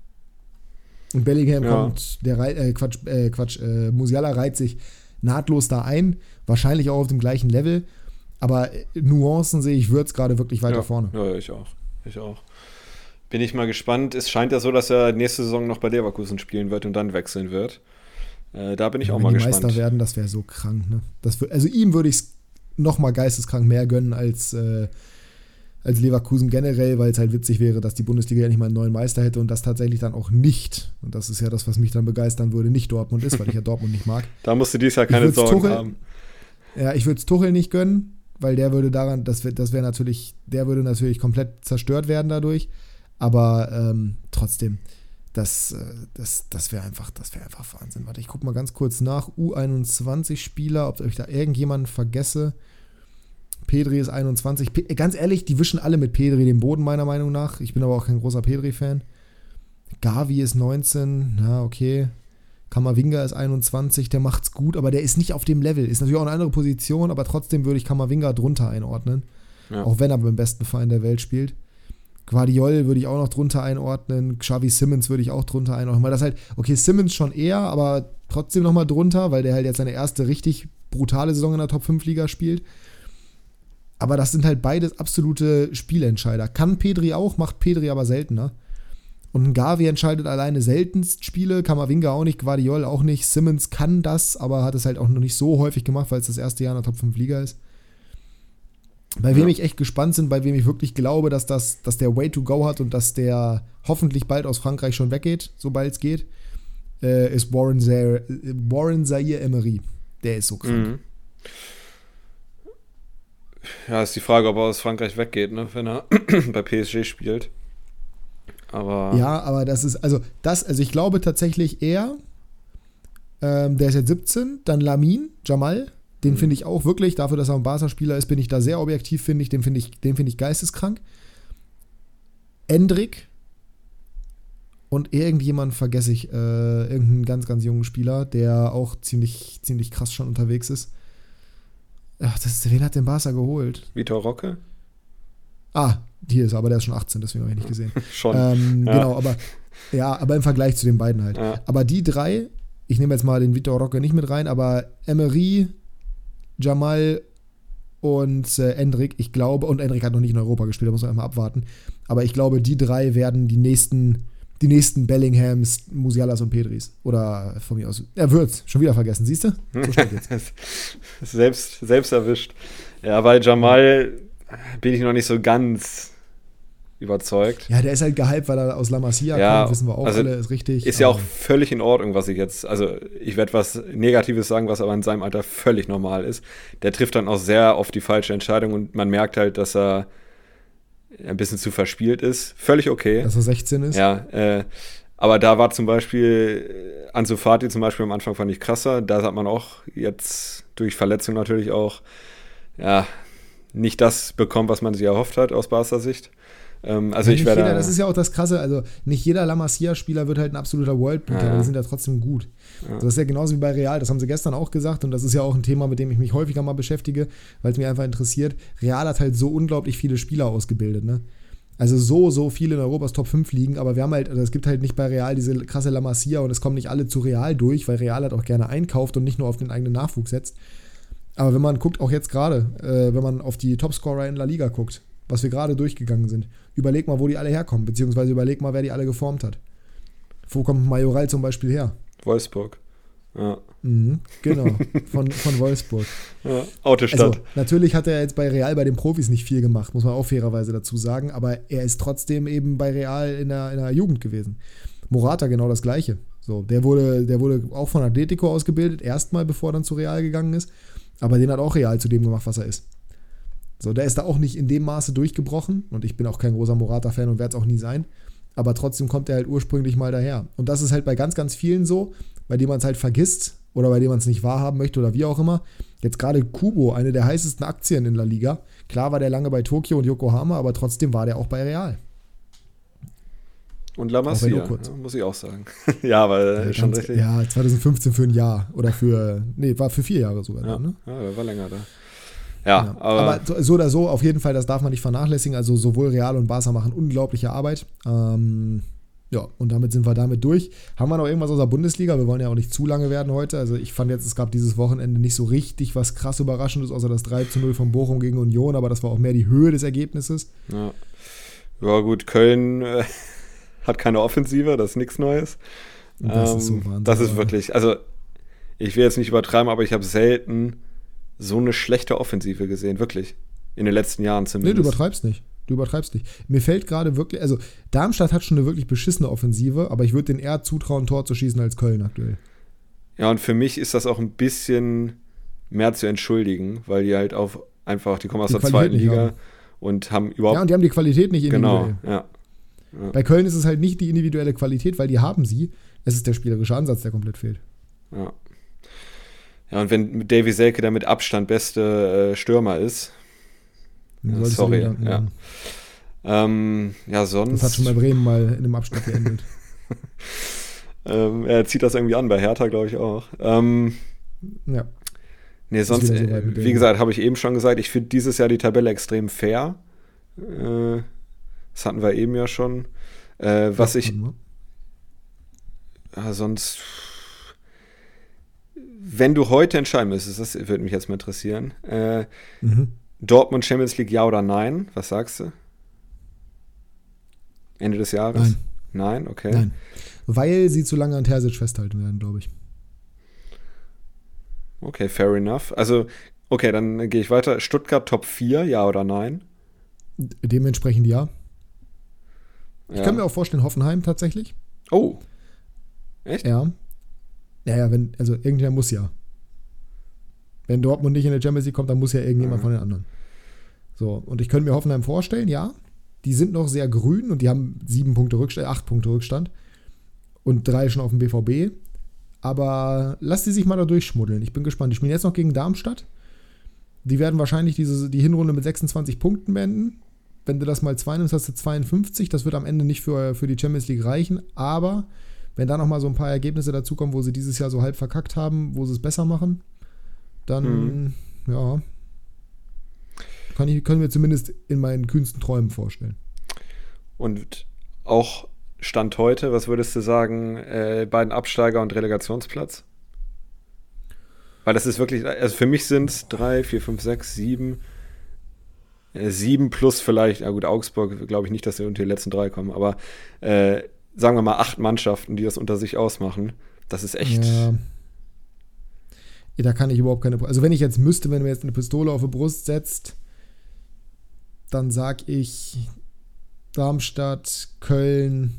Und Bellingham ja. kommt, der äh, Quatsch, äh, Quatsch, äh, Musiala reiht sich nahtlos da ein, wahrscheinlich auch auf dem gleichen Level, aber Nuancen sehe ich Würz gerade wirklich weiter ja, vorne. Ja, ich auch. Ich auch. Bin ich mal gespannt. Es scheint ja so, dass er nächste Saison noch bei Leverkusen spielen wird und dann wechseln wird. Äh, da bin ich ja, auch mal gespannt. Wenn die Meister werden, das wäre so krank. Ne? Das wär, also ihm würde ich es noch mal geisteskrank mehr gönnen als, äh, als Leverkusen generell, weil es halt witzig wäre, dass die Bundesliga ja nicht mal einen neuen Meister hätte und das tatsächlich dann auch nicht, und das ist ja das, was mich dann begeistern würde, nicht Dortmund ist, weil ich ja Dortmund nicht mag. Da musst du dieses Jahr keine Sorgen Tuchel, haben. Ja, ich würde es Tuchel nicht gönnen, weil der würde daran, das wäre das wär natürlich, der würde natürlich komplett zerstört werden dadurch, aber ähm, trotzdem, das, das, das wäre einfach, das wäre einfach Wahnsinn. Warte, ich gucke mal ganz kurz nach, U einundzwanzig Spieler, ob ich da irgendjemanden vergesse. Pedri ist einundzwanzig. Pe- ganz ehrlich, die wischen alle mit Pedri den Boden, meiner Meinung nach. Ich bin aber auch kein großer Pedri-Fan. Gavi ist neunzehn. Na, okay. Kamavinga ist einundzwanzig. Der macht's gut, aber der ist nicht auf dem Level. Ist natürlich auch eine andere Position, aber trotzdem würde ich Kamavinga drunter einordnen. Ja. Auch wenn er beim besten Verein der Welt spielt. Guardiol würde ich auch noch drunter einordnen. Xavi Simons würde ich auch drunter einordnen. Weil das halt, okay, Simons schon eher, aber trotzdem nochmal drunter, weil der halt jetzt seine erste richtig brutale Saison in der Top fünf Liga spielt. Aber das sind halt beides absolute Spielentscheider. Kann Pedri auch, macht Pedri aber seltener. Und ein Gavi entscheidet alleine seltenst Spiele, Kamavinga auch nicht, Guardiol auch nicht. Simons kann das, aber hat es halt auch noch nicht so häufig gemacht, weil es das erste Jahr in der Top fünf Liga ist. Bei wem ja. ich echt gespannt bin, bei wem ich wirklich glaube, dass, das, dass der Way to go hat und dass der hoffentlich bald aus Frankreich schon weggeht, sobald es geht, äh, ist Warren Zaire, Warren Zaire Emery. Der ist so krank. Mhm. Ja, ist die Frage, ob er aus Frankreich weggeht, ne, wenn er bei P S G spielt. Aber ja, aber das ist, also das, also ich glaube tatsächlich eher, ähm, der ist jetzt siebzehn, dann Lamine, Jamal, den mhm. finde ich auch wirklich, dafür, dass er ein Barca-Spieler ist, bin ich da sehr objektiv, finde ich, den finde ich, den finde ich geisteskrank. Endrick und irgendjemand vergesse ich, äh, irgendeinen ganz, ganz jungen Spieler, der auch ziemlich, ziemlich krass schon unterwegs ist. Ach, das ist, wen hat den Barca geholt? Vitor Roque? Ah, hier ist er, aber der ist schon achtzehn, deswegen habe ich nicht gesehen. schon. Ähm, ja. Genau, aber ja, aber im Vergleich zu den beiden halt. Ja. Aber die drei, ich nehme jetzt mal den Vitor Roque nicht mit rein, aber Emery, Jamal und äh, Endrick, ich glaube, und Endrick hat noch nicht in Europa gespielt, da muss man einmal abwarten, aber ich glaube, die drei werden die nächsten die nächsten Bellinghams, Musialas und Pedris. Oder von mir aus. Er wird's. Schon wieder vergessen, siehst du? So steht jetzt. selbst, selbst erwischt. Ja, bei Jamal bin ich noch nicht so ganz überzeugt. Ja, der ist halt gehypt, weil er aus La Masia ja, kommt, wissen wir auch also alle, ist richtig. Ist ja auch völlig in Ordnung, was ich jetzt, also ich werde was Negatives sagen, was aber in seinem Alter völlig normal ist. Der trifft dann auch sehr oft die falsche Entscheidung und man merkt halt, dass er ein bisschen zu verspielt ist. Völlig okay. Dass er sechzehn ist? Ja, äh, aber da war zum Beispiel Ansu Fati zum Beispiel am Anfang fand ich krasser. Da hat man auch jetzt durch Verletzung natürlich auch ja, nicht das bekommen, was man sich erhofft hat aus Barca Sicht. Ähm, also ja, ich werde. Das ist ja auch das Krasse, also nicht jeder La Masia-Spieler wird halt ein absoluter Worldbeater, ja. aber die sind ja trotzdem gut. Ja. Also das ist ja genauso wie bei Real, das haben sie gestern auch gesagt und das ist ja auch ein Thema, mit dem ich mich häufiger mal beschäftige, weil es mich einfach interessiert. Real hat halt so unglaublich viele Spieler ausgebildet, ne? Also so, so viele in Europas Top fünf liegen, aber wir haben halt, also es gibt halt nicht bei Real diese krasse La Masia und es kommen nicht alle zu Real durch, weil Real halt auch gerne einkauft und nicht nur auf den eigenen Nachwuchs setzt. Aber wenn man guckt, auch jetzt gerade, äh, wenn man auf die Topscorer in La Liga guckt, was wir gerade durchgegangen sind, überleg mal, wo die alle herkommen, beziehungsweise überleg mal, wer die alle geformt hat. Wo kommt Majoral zum Beispiel her? Wolfsburg. Ja. Mhm, genau, von, von Wolfsburg. Ja, Autostadt. Also, natürlich hat er jetzt bei Real bei den Profis nicht viel gemacht, muss man auch fairerweise dazu sagen, aber er ist trotzdem eben bei Real in der, in der Jugend gewesen. Morata genau das Gleiche. So, der wurde, der wurde auch von Atletico ausgebildet, erstmal, bevor er dann zu Real gegangen ist, aber den hat auch Real zu dem gemacht, was er ist. So, der ist da auch nicht in dem Maße durchgebrochen und ich bin auch kein großer Morata-Fan und werde es auch nie sein, aber trotzdem kommt er halt ursprünglich mal daher. Und das ist halt bei ganz, ganz vielen so, bei denen man es halt vergisst oder bei denen man es nicht wahrhaben möchte oder wie auch immer. Jetzt gerade Kubo, eine der heißesten Aktien in La Liga. Klar war der lange bei Tokio und Yokohama, aber trotzdem war der auch bei Real. Und La Masia, ja, muss ich auch sagen. Ja, aber ja, schon richtig. Ja, zwanzig fünfzehn für ein Jahr oder für, nee, war für vier Jahre sogar. Ja, da, ne? Ja, der war länger da. Ja, ja, aber, aber so oder so, auf jeden Fall, das darf man nicht vernachlässigen. Also sowohl Real und Barca machen unglaubliche Arbeit. Ähm, ja, und damit sind wir damit durch. Haben wir noch irgendwas aus der Bundesliga? Wir wollen ja auch nicht zu lange werden heute. Also ich fand jetzt, es gab dieses Wochenende nicht so richtig was krass Überraschendes, außer das drei zu null von Bochum gegen Union, aber das war auch mehr die Höhe des Ergebnisses. Ja, ja gut, Köln äh, hat keine Offensive, das ist nichts Neues. Das ähm, ist so Wahnsinn. Das ist wirklich, also ich will jetzt nicht übertreiben, aber ich habe selten so eine schlechte Offensive gesehen, wirklich. In den letzten Jahren zumindest. Nee, du übertreibst nicht. Du übertreibst nicht. Mir fällt gerade wirklich, also Darmstadt hat schon eine wirklich beschissene Offensive, aber ich würde denen eher zutrauen, ein Tor zu schießen als Köln aktuell. Ja, und für mich ist das auch ein bisschen mehr zu entschuldigen, weil die halt auf einfach, die kommen aus die der Qualität zweiten Liga haben. Und haben überhaupt... Ja, und die haben die Qualität nicht individuell. Genau, ja. ja. Bei Köln ist es halt nicht die individuelle Qualität, weil die haben sie. Es ist der spielerische Ansatz, der komplett fehlt. Ja. Ja, und wenn Davy Selke der mit Abstand beste äh, Stürmer ist, ja, sorry, ja. Ähm, ja, sonst... Das hat schon bei Bremen mal in einem Abschnitt geendet. ähm, er zieht das irgendwie an, bei Hertha glaube ich auch. Ähm, ja. Nee, sonst, so äh, wie gesagt, habe ich eben schon gesagt, ich finde dieses Jahr die Tabelle extrem fair. Äh, das hatten wir eben ja schon. Äh, was ja, ich... Ja, sonst... Wenn du heute entscheiden müsstest, das würde mich jetzt mal interessieren, äh, mhm. Dortmund Champions League ja oder nein? Was sagst du? Ende des Jahres? Nein. Nein, okay. Nein, weil sie zu lange an Terzic festhalten werden, glaube ich. Okay, fair enough. Also, okay, dann gehe ich weiter. Stuttgart Top vier, ja oder nein? Dementsprechend ja. Ich ja. kann mir auch vorstellen, Hoffenheim tatsächlich. Oh. Echt? Ja. Naja, wenn, also irgendjemand muss ja. Wenn Dortmund nicht in der Champions League kommt, dann muss ja irgendjemand mhm. von den anderen. So, und ich könnte mir Hoffenheim vorstellen, ja. Die sind noch sehr grün und die haben sieben Punkte Rückstand, acht Punkte Rückstand und drei schon auf dem B V B. Aber lass die sich mal da durchschmuddeln. Ich bin gespannt. Die spielen jetzt noch gegen Darmstadt. Die werden wahrscheinlich diese, die Hinrunde mit sechsundzwanzig Punkten beenden. Wenn du das mal zwei nimmst, hast du zweiundfünfzig. Das wird am Ende nicht für, für die Champions League reichen. Aber wenn da noch mal so ein paar Ergebnisse dazukommen, wo sie dieses Jahr so halb verkackt haben, wo sie es besser machen, dann, mhm. ja, kann ich, können wir zumindest in meinen kühnsten Träumen vorstellen. Und auch Stand heute, was würdest du sagen, äh, beiden Absteiger und Relegationsplatz? Weil das ist wirklich, also für mich sind es drei, vier, fünf, sechs, sieben, äh, sieben plus vielleicht, ja gut, Augsburg glaube ich nicht, dass sie unter die letzten drei kommen, aber äh, sagen wir mal acht Mannschaften, die das unter sich ausmachen. Das ist echt... Ja. Ja, da kann ich überhaupt keine... Also wenn ich jetzt müsste, wenn du mir jetzt eine Pistole auf die Brust setzt, dann sag ich Darmstadt, Köln...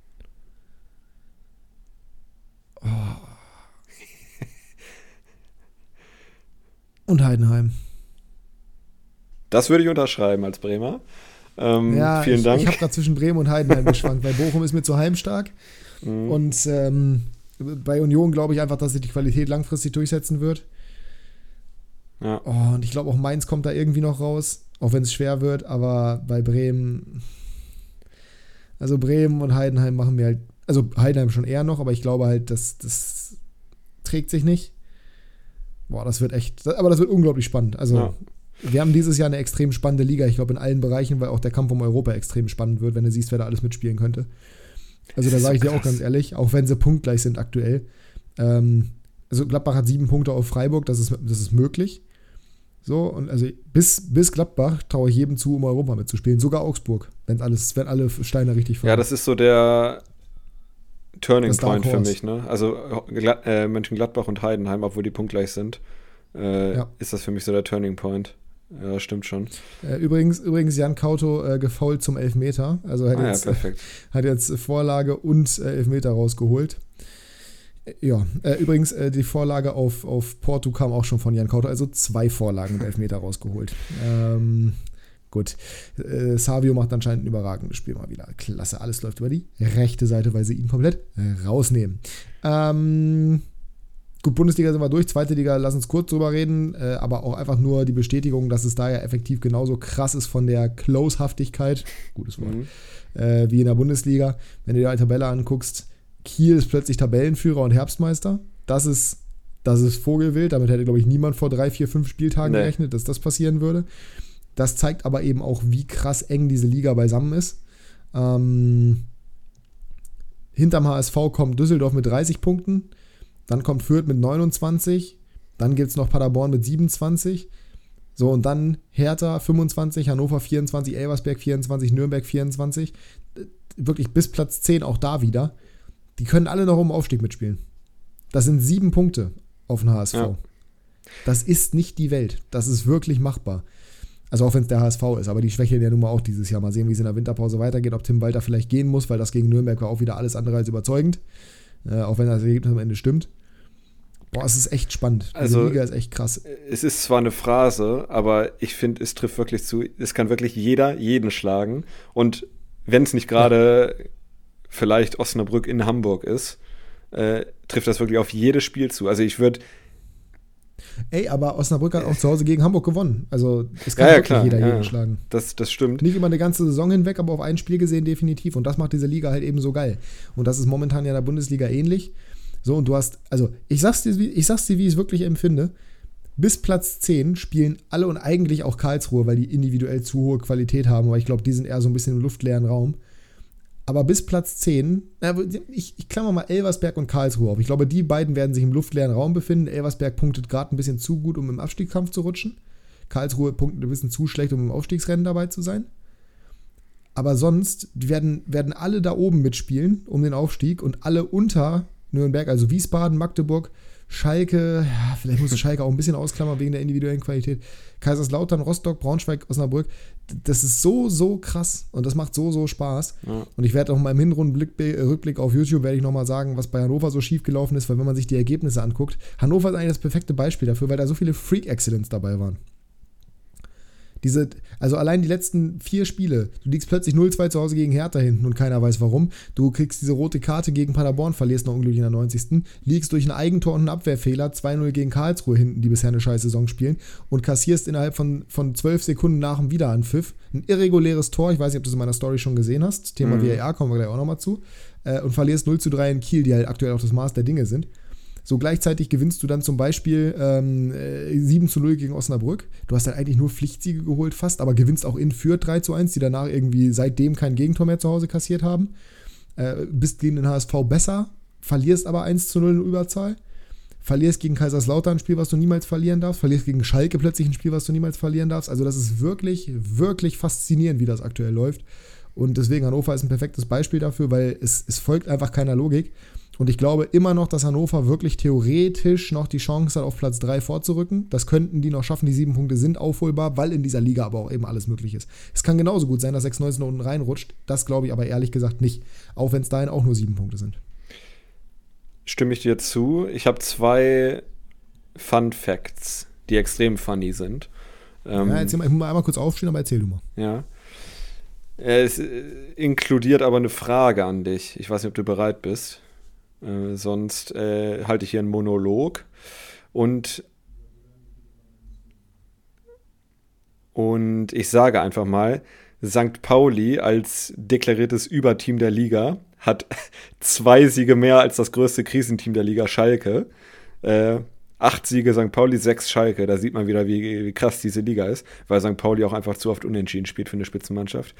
Oh. Und Heidenheim. Das würde ich unterschreiben als Bremer. Ähm, ja, vielen ich, Dank. Ich habe gerade zwischen Bremen und Heidenheim geschwankt, weil Bochum ist mir zu heimstark. Mhm. Und ähm, bei Union glaube ich einfach, dass sich die Qualität langfristig durchsetzen wird. Ja. Oh, und ich glaube auch Mainz kommt da irgendwie noch raus, auch wenn es schwer wird. Aber bei Bremen, also Bremen und Heidenheim machen mir halt, also Heidenheim schon eher noch, aber ich glaube halt, dass das trägt sich nicht. Boah, das wird echt, aber das wird unglaublich spannend. Also ja. wir haben dieses Jahr eine extrem spannende Liga, ich glaube in allen Bereichen, weil auch der Kampf um Europa extrem spannend wird, wenn du siehst, wer da alles mitspielen könnte. Also da sage ich dir auch ganz ehrlich, auch wenn sie punktgleich sind aktuell. Ähm, also Gladbach hat sieben Punkte auf Freiburg, das ist, das ist möglich. So, und also bis, bis Gladbach traue ich jedem zu, um Europa mitzuspielen. Sogar Augsburg, wenn alles, wenn alle Steine richtig fallen. Ja, das ist so der Turning Point für mich, ne? Also Glad- äh, Mönchengladbach und Heidenheim, obwohl die punktgleich sind, äh, ja. ist das für mich so der Turning Point. Ja, stimmt schon. Äh, übrigens, übrigens Jan Kauto äh, gefoult zum Elfmeter. Also hat, ah, jetzt, ja, perfekt. hat jetzt Vorlage und äh, Elfmeter rausgeholt. Äh, ja, äh, übrigens äh, die Vorlage auf, auf Porto kam auch schon von Jan Kauto. Also zwei Vorlagen und Elfmeter rausgeholt. Ähm, gut. Äh, Savio macht anscheinend ein überragendes Spiel mal wieder. Klasse, alles läuft über die rechte Seite, weil sie ihn komplett rausnehmen. Ähm... Gut, Bundesliga sind wir durch, zweite Liga, lass uns kurz drüber reden, äh, aber auch einfach nur die Bestätigung, dass es da ja effektiv genauso krass ist von der Closehaftigkeit, gutes Wort, mhm. äh, wie in der Bundesliga. Wenn du dir die Tabelle anguckst, Kiel ist plötzlich Tabellenführer und Herbstmeister. Das ist, das ist Vogelwild, damit hätte, glaube ich, niemand vor drei, vier, fünf Spieltagen nee. gerechnet, dass das passieren würde. Das zeigt aber eben auch, wie krass eng diese Liga beisammen ist. Ähm, hinterm H S V kommt Düsseldorf mit dreißig Punkten. Dann kommt Fürth mit neunundzwanzig, dann gibt es noch Paderborn mit siebenundzwanzig, so und dann Hertha fünfundzwanzig, Hannover vierundzwanzig, Elversberg vierundzwanzig, Nürnberg vierundzwanzig, wirklich bis Platz zehn auch da wieder. Die können alle noch um Aufstieg mitspielen. Das sind sieben Punkte auf den H S V. Ja. Das ist nicht die Welt, das ist wirklich machbar. Also auch wenn es der H S V ist, aber die schwächeln ja nun mal auch dieses Jahr. Mal sehen, wie es in der Winterpause weitergeht, ob Tim Walter vielleicht gehen muss, weil das gegen Nürnberg war auch wieder alles andere als überzeugend. Äh, auch wenn das Ergebnis am Ende stimmt. Boah, es ist echt spannend. Also, die Liga ist echt krass. Es ist zwar eine Phrase, aber ich finde, es trifft wirklich zu. Es kann wirklich jeder jeden schlagen. Und wenn es nicht gerade ja. vielleicht Osnabrück in Hamburg ist, äh, trifft das wirklich auf jedes Spiel zu. Also ich würde. Ey, aber Osnabrück hat auch zu Hause gegen Hamburg gewonnen. Also es kann ja, ja, wirklich klar, jeder ja, jeden schlagen. Das, das stimmt. Nicht über eine ganze Saison hinweg, aber auf ein Spiel gesehen definitiv. Und das macht diese Liga halt eben so geil. Und das ist momentan ja in der Bundesliga ähnlich. So, und du hast, also ich sag's dir, ich sag's dir, wie ich es wirklich empfinde, bis Platz zehn spielen alle und eigentlich auch Karlsruhe, weil die individuell zu hohe Qualität haben, aber ich glaube, die sind eher so ein bisschen im luftleeren Raum. Aber bis Platz zehn, ich, ich klammer mal Elversberg und Karlsruhe auf. Ich glaube, die beiden werden sich im luftleeren Raum befinden. Elversberg punktet gerade ein bisschen zu gut, um im Abstiegskampf zu rutschen. Karlsruhe punktet ein bisschen zu schlecht, um im Aufstiegsrennen dabei zu sein. Aber sonst werden, werden alle da oben mitspielen um den Aufstieg und alle unter Nürnberg, also Wiesbaden, Magdeburg, Schalke, ja, vielleicht muss Schalke auch ein bisschen ausklammern wegen der individuellen Qualität, Kaiserslautern, Rostock, Braunschweig, Osnabrück, das ist so, so krass und das macht so, so Spaß. Ja. Und ich werde auch mal im Hinrundenrückblick auf YouTube, werde ich nochmal sagen, was bei Hannover so schief gelaufen ist, weil wenn man sich die Ergebnisse anguckt, Hannover ist eigentlich das perfekte Beispiel dafür, weil da so viele Freak-Accidents dabei waren. Diese, also allein die letzten vier Spiele, du liegst plötzlich null zwei zu Hause gegen Hertha hinten und keiner weiß warum. Du kriegst diese rote Karte gegen Paderborn, verlierst noch unglücklich in der neunzigsten Liegst durch ein Eigentor und einen Abwehrfehler zwei null gegen Karlsruhe hinten, die bisher eine scheiß Saison spielen und kassierst innerhalb von, von zwölf Sekunden nach dem Wiederanpfiff ein irreguläres Tor, ich weiß nicht, ob du das in meiner Story schon gesehen hast, Thema mhm. V A R, kommen wir gleich auch nochmal zu, äh, und verlierst null zu drei in Kiel, die halt aktuell auch das Maß der Dinge sind. So gleichzeitig gewinnst du dann zum Beispiel ähm, sieben zu null gegen Osnabrück. Du hast dann eigentlich nur Pflichtsiege geholt fast, aber gewinnst auch in Fürth drei zu eins, die danach irgendwie seitdem kein Gegentor mehr zu Hause kassiert haben. Äh, bist gegen den H S V besser, verlierst aber eins zu null in Überzahl. Verlierst gegen Kaiserslautern ein Spiel, was du niemals verlieren darfst. Verlierst gegen Schalke plötzlich ein Spiel, was du niemals verlieren darfst. Also das ist wirklich, wirklich faszinierend, wie das aktuell läuft. Und deswegen Hannover ist ein perfektes Beispiel dafür, weil es, es folgt einfach keiner Logik. Und ich glaube immer noch, dass Hannover wirklich theoretisch noch die Chance hat, auf Platz drei vorzurücken. Das könnten die noch schaffen. Die sieben Punkte sind aufholbar, weil in dieser Liga aber auch eben alles möglich ist. Es kann genauso gut sein, dass sechs neunzehn unten reinrutscht. Das glaube ich aber ehrlich gesagt nicht. Auch wenn es dahin auch nur sieben Punkte sind. Stimme ich dir zu. Ich habe zwei Fun Facts, die extrem funny sind. Ähm, ja, erzähl mal, ich muss mal einmal kurz aufstehen, aber erzähl du mal. Ja. Es inkludiert aber eine Frage an dich. Ich weiß nicht, ob du bereit bist. Äh, sonst äh, halte ich hier einen Monolog. Und, und ich sage einfach mal, Sankt Pauli als deklariertes Überteam der Liga hat zwei Siege mehr als das größte Krisenteam der Liga, Schalke. Äh, acht Siege Sankt Pauli, sechs Schalke. Da sieht man wieder, wie, wie krass diese Liga ist, weil Sankt Pauli auch einfach zu oft unentschieden spielt für eine Spitzenmannschaft.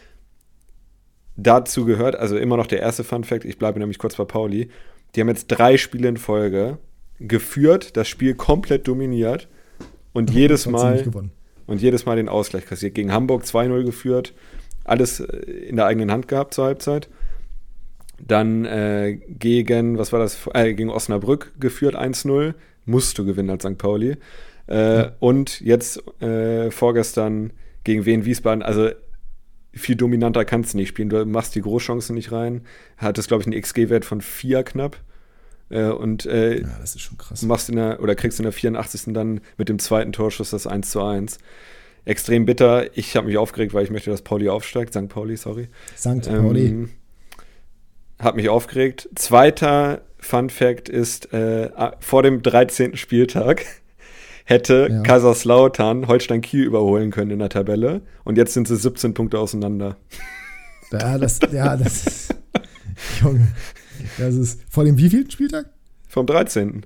Dazu gehört, also immer noch der erste Funfact, ich bleibe nämlich kurz bei Pauli, die haben jetzt drei Spiele in Folge geführt, das Spiel komplett dominiert und jedes Mal und jedes Mal den Ausgleich kassiert. Gegen Hamburg zwei null geführt, alles in der eigenen Hand gehabt zur Halbzeit. Dann äh, gegen, was war das, äh, gegen Osnabrück geführt eins null, musst du gewinnen als Sankt Pauli. Äh, ja. Und jetzt äh, vorgestern gegen Wien Wiesbaden, also viel dominanter kannst du nicht spielen. Du machst die Großchancen nicht rein. Hattest, glaube ich, einen X G-Wert von vier knapp. Äh, und äh, ja, das ist schon krass. Machst in der, oder kriegst in der vierundachtzigsten dann mit dem zweiten Torschuss das eins zu eins. Extrem bitter. Ich habe mich aufgeregt, weil ich möchte, dass Pauli aufsteigt. Sankt Pauli, sorry. Sankt Pauli. Ähm, Hat mich aufgeregt. Zweiter Fun-Fact ist, äh, vor dem dreizehnten Spieltag hätte ja. Kaiserslautern Holstein Kiel überholen können in der Tabelle. Und jetzt sind sie siebzehn Punkte auseinander. Ja, das, ja, das ist, Junge, das ist, vor dem wievielten Spieltag? Vom dreizehnten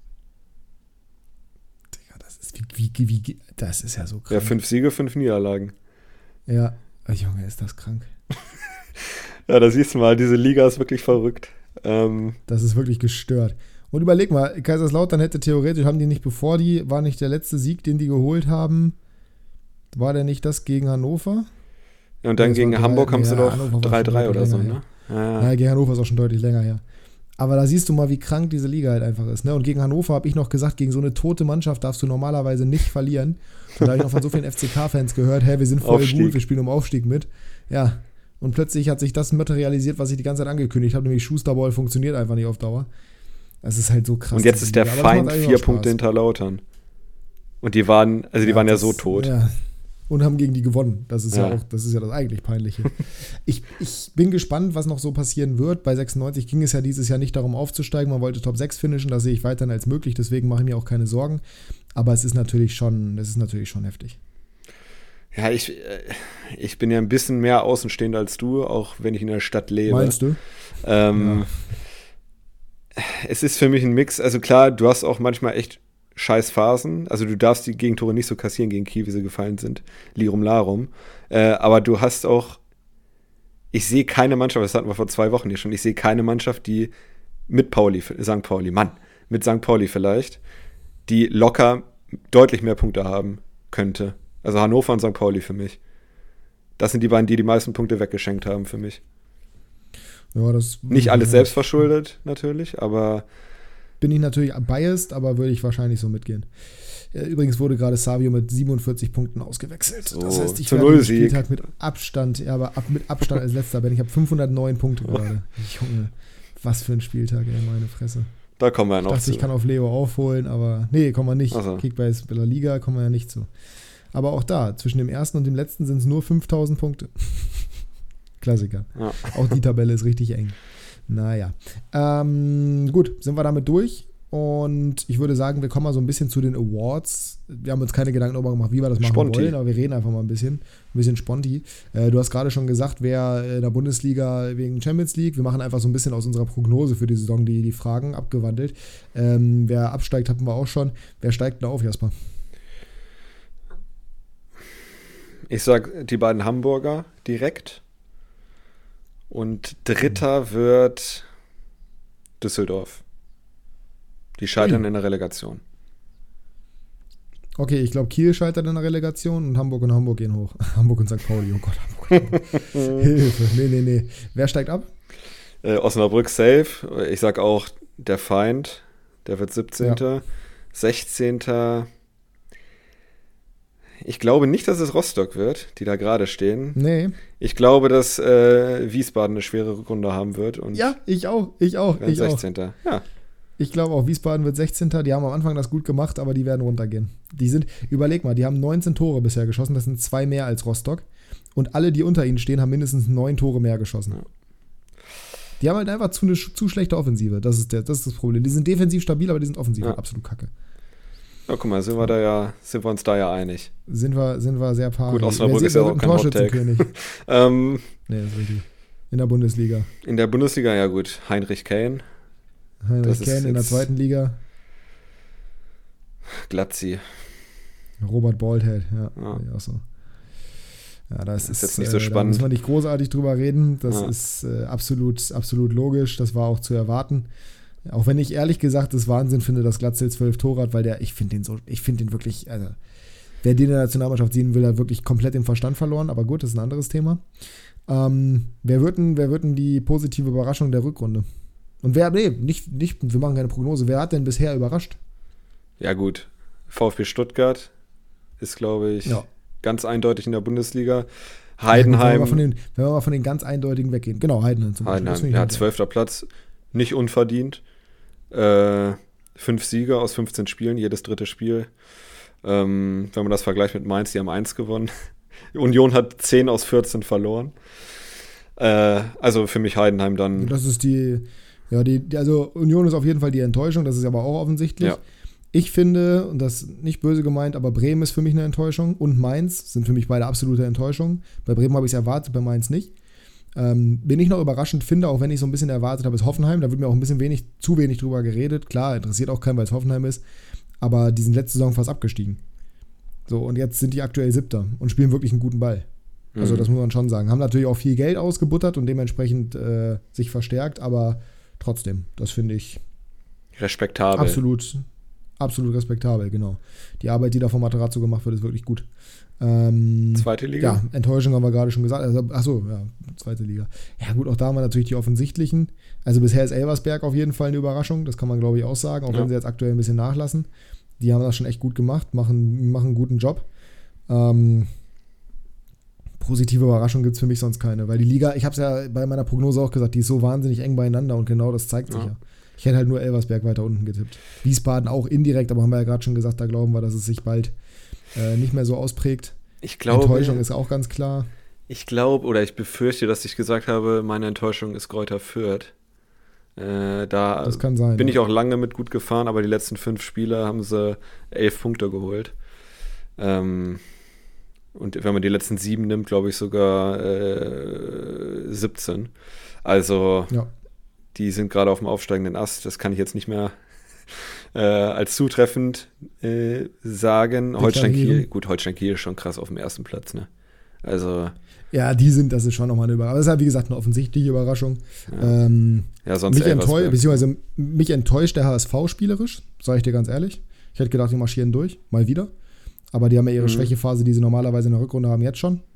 Digga, das ist, wie, wie, wie, das ist ja so krank. Ja, fünf Siege, fünf Niederlagen. Ja, oh, Junge, ist das krank. Ja, da siehst du mal, diese Liga ist wirklich verrückt. Ähm, das ist wirklich gestört. Und überleg mal, Kaiserslautern hätte theoretisch, haben die nicht, bevor die, war nicht der letzte Sieg, den die geholt haben, war der nicht das gegen Hannover? Ja, und dann gegen drei, Hamburg haben ja, sie doch drei drei oder so, ne? Ja. Ja, gegen Hannover ist auch schon deutlich länger her. Aber da siehst du mal, wie krank diese Liga halt einfach ist. Ne? Und gegen Hannover habe ich noch gesagt, gegen so eine tote Mannschaft darfst du normalerweise nicht verlieren. Und da habe ich noch von so vielen F C K-Fans gehört, hey, wir sind voll Aufstieg. gut, wir spielen um Aufstieg mit. Ja, und plötzlich hat sich das materialisiert, was ich die ganze Zeit angekündigt habe, nämlich Schusterball funktioniert einfach nicht auf Dauer. Das ist halt so krass. Und jetzt ist der Feind vier Punkte hinter Lautern. Und die waren, also die ja, waren ja so tot. Ja. Und haben gegen die gewonnen. Das ist ja, ja auch, das ist ja das eigentlich Peinliche. ich, ich bin gespannt, was noch so passieren wird. Bei sechsundneunzig ging es ja dieses Jahr nicht darum aufzusteigen. Man wollte Top sechs finishen, das sehe ich weiterhin als möglich, deswegen mache ich mir auch keine Sorgen. Aber es ist natürlich schon, es ist natürlich schon heftig. Ja, ich, ich bin ja ein bisschen mehr außenstehend als du, auch wenn ich in der Stadt lebe. Meinst du? Ähm, ja. Es ist für mich ein Mix. Also klar, du hast auch manchmal echt scheiß Phasen. Also du darfst die Gegentore nicht so kassieren gegen Kiel, wie sie gefallen sind. Lirum Larum. Äh, aber du hast auch, ich sehe keine Mannschaft, das hatten wir vor zwei Wochen hier schon, ich sehe keine Mannschaft, die mit Pauli, Sankt Pauli, Mann, mit Sankt Pauli vielleicht, die locker deutlich mehr Punkte haben könnte. Also Hannover und Sankt Pauli für mich. Das sind die beiden, die die meisten Punkte weggeschenkt haben für mich. Ja, das nicht alles selbst verschuldet, natürlich, aber bin ich natürlich biased, aber würde ich wahrscheinlich so mitgehen. Übrigens wurde gerade Savio mit siebenundvierzig Punkten ausgewechselt. So, das heißt, ich werde den Spieltag mit Abstand, ja, aber ab, mit Abstand als letzter bin. Ich habe fünfhundertneun Punkte gerade. Junge, was für ein Spieltag, ey, meine Fresse. Da kommen wir ja noch ich dachte, zu. Ich kann auf Leo aufholen, aber nee, kommen wir nicht. So. Kickbase bei der Liga kommen wir ja nicht zu. Aber auch da, zwischen dem ersten und dem letzten sind es nur fünftausend Punkte. Klassiker. Ja. Auch die Tabelle ist richtig eng. Naja. Ähm, gut, sind wir damit durch. Und ich würde sagen, wir kommen mal so ein bisschen zu den Awards. Wir haben uns keine Gedanken darüber gemacht, wie wir das machen Sponti. wollen, aber wir reden einfach mal ein bisschen. Ein bisschen Sponti. Äh, du hast gerade schon gesagt, wer in der Bundesliga wegen Champions League. Wir machen einfach so ein bisschen aus unserer Prognose für die Saison die, die Fragen abgewandelt. Ähm, wer absteigt, hatten wir auch schon. Wer steigt denn auf, Jasper? Ich sag die beiden Hamburger direkt. Und dritter mhm. wird Düsseldorf. Die scheitern mhm. in der Relegation. Okay, ich glaube, Kiel scheitert in der Relegation und Hamburg und Hamburg gehen hoch. Hamburg und Sankt Pauli, oh Gott, Hamburg. Hamburg. Hilfe, nee, nee, nee. Wer steigt ab? Äh, Osnabrück safe. Ich sag auch der Feind, der wird siebzehnter Ja. sechzehnter Ich glaube nicht, dass es Rostock wird, die da gerade stehen. Nee. Ich glaube, dass äh, Wiesbaden eine schwere Rückrunde haben wird. Und ja, ich auch, ich auch, ich sechzehnter auch. Ja. Ich glaube auch, Wiesbaden wird sechzehnter Die haben am Anfang das gut gemacht, aber die werden runtergehen. Die sind, überleg mal, die haben neunzehn Tore bisher geschossen, das sind zwei mehr als Rostock. Und alle, die unter ihnen stehen, haben mindestens neun Tore mehr geschossen. Ja. Die haben halt einfach zu, eine zu schlechte Offensive, das ist, der, das ist das Problem. Die sind defensiv stabil, aber die sind offensiv ja. absolut kacke. Ja, guck mal, sind wir da ja, sind wir uns da ja einig. Sind wir, sind wir sehr pari. Gut, Osnabrück ist ja auch kein Hot-Take. ähm, nee, das ist richtig. In der Bundesliga. In der Bundesliga, ja gut, Heinrich Kane. Heinrich Kane in der zweiten Liga. Glatzi. Robert Baldhead, ja. Ja. Ja, auch so. Ja, das, Das ist ist jetzt nicht so äh, spannend. Da müssen wir nicht großartig drüber reden. Das Ja. ist äh, absolut, absolut logisch. Das war auch zu erwarten. Auch wenn ich ehrlich gesagt das Wahnsinn finde, dass Glatzel zwölf Tore hat, weil der, ich finde den so, ich finde den wirklich, also wer den in der Nationalmannschaft sehen will, hat wirklich komplett den Verstand verloren. Aber gut, das ist ein anderes Thema. Ähm, wer wird denn, wer wird denn die positive Überraschung der Rückrunde? Und wer, nee, nicht, nicht, wir machen keine Prognose. Wer hat denn bisher überrascht? Ja gut, VfB Stuttgart ist, glaube ich, Ja. ganz eindeutig in der Bundesliga. Wenn Heidenheim, wir, mal von den, wenn wir mal von den ganz eindeutigen weggehen. Genau, Heidenheim zum Beispiel. Das Heidenheim, finde ich ja, halt- zwölfter Platz, nicht unverdient. Äh, fünf Siege aus fünfzehn Spielen, jedes dritte Spiel. Ähm, wenn man das vergleicht mit Mainz, die haben eins gewonnen. Union hat zehn aus vierzehn verloren. Äh, also für mich Heidenheim dann. Das ist die, ja, die, die, also Union ist auf jeden Fall die Enttäuschung, das ist aber auch offensichtlich. Ja. Ich finde, und das nicht böse gemeint, aber Bremen ist für mich eine Enttäuschung und Mainz sind für mich beide absolute Enttäuschungen. Bei Bremen habe ich es erwartet, bei Mainz nicht. Ähm, bin ich noch überraschend finde, auch wenn ich so ein bisschen erwartet habe, ist Hoffenheim. Da wird mir auch ein bisschen wenig, zu wenig drüber geredet. Klar, interessiert auch keinen, weil es Hoffenheim ist. Aber die sind letzte Saison fast abgestiegen. So, und jetzt sind die aktuell Siebter und spielen wirklich einen guten Ball. Also Mhm. das muss man schon sagen. Haben natürlich auch viel Geld ausgebuttert und dementsprechend äh, sich verstärkt, aber trotzdem, das finde ich Respektabel. absolut, absolut respektabel, genau. Die Arbeit, die da von Materazzo gemacht wird, ist wirklich gut. Ähm, Zweite Liga? Ja, Enttäuschung haben wir gerade schon gesagt. Also, achso, ja, zweite Liga. Ja gut, auch da haben wir natürlich die offensichtlichen. Also bisher ist Elversberg auf jeden Fall eine Überraschung, das kann man glaube ich auch sagen, auch Ja. wenn sie jetzt aktuell ein bisschen nachlassen. Die haben das schon echt gut gemacht, machen, machen einen guten Job. Ähm, positive Überraschung gibt es für mich sonst keine, weil die Liga, ich habe es ja bei meiner Prognose auch gesagt, die ist so wahnsinnig eng beieinander und genau das zeigt sich Ja. ja. Ich hätte halt nur Elversberg weiter unten getippt. Wiesbaden auch indirekt, aber haben wir ja gerade schon gesagt, da glauben wir, dass es sich bald äh, nicht mehr so ausprägt. Ich glaube, Enttäuschung ist auch ganz klar. ich glaube oder ich befürchte, dass ich gesagt habe, meine Enttäuschung ist Greuther Fürth. Äh, da Das kann sein. bin ja. ich auch lange mit gut gefahren, aber die letzten fünf Spiele haben sie elf Punkte geholt. Ähm, und wenn man die letzten sieben nimmt, glaube ich sogar äh, siebzehn. Also Ja. die sind gerade auf dem aufsteigenden Ast. Das kann ich jetzt nicht mehr äh, als zutreffend äh, sagen. Holstein Kiel, gut, Holstein Kiel ist schon krass auf dem ersten Platz, ne? Also Ja, die sind, das ist schon nochmal eine Überraschung. Aber das ist halt, wie gesagt, eine offensichtliche Überraschung. Ja. Ähm, ja, sonst mich, enttäuscht, Elversberg. beziehungsweise mich enttäuscht der H S V spielerisch, sage ich dir ganz ehrlich. Ich hätte gedacht, die marschieren durch, mal wieder. Aber die haben ja ihre Mhm. Schwächephase, die sie normalerweise in der Rückrunde haben, jetzt schon.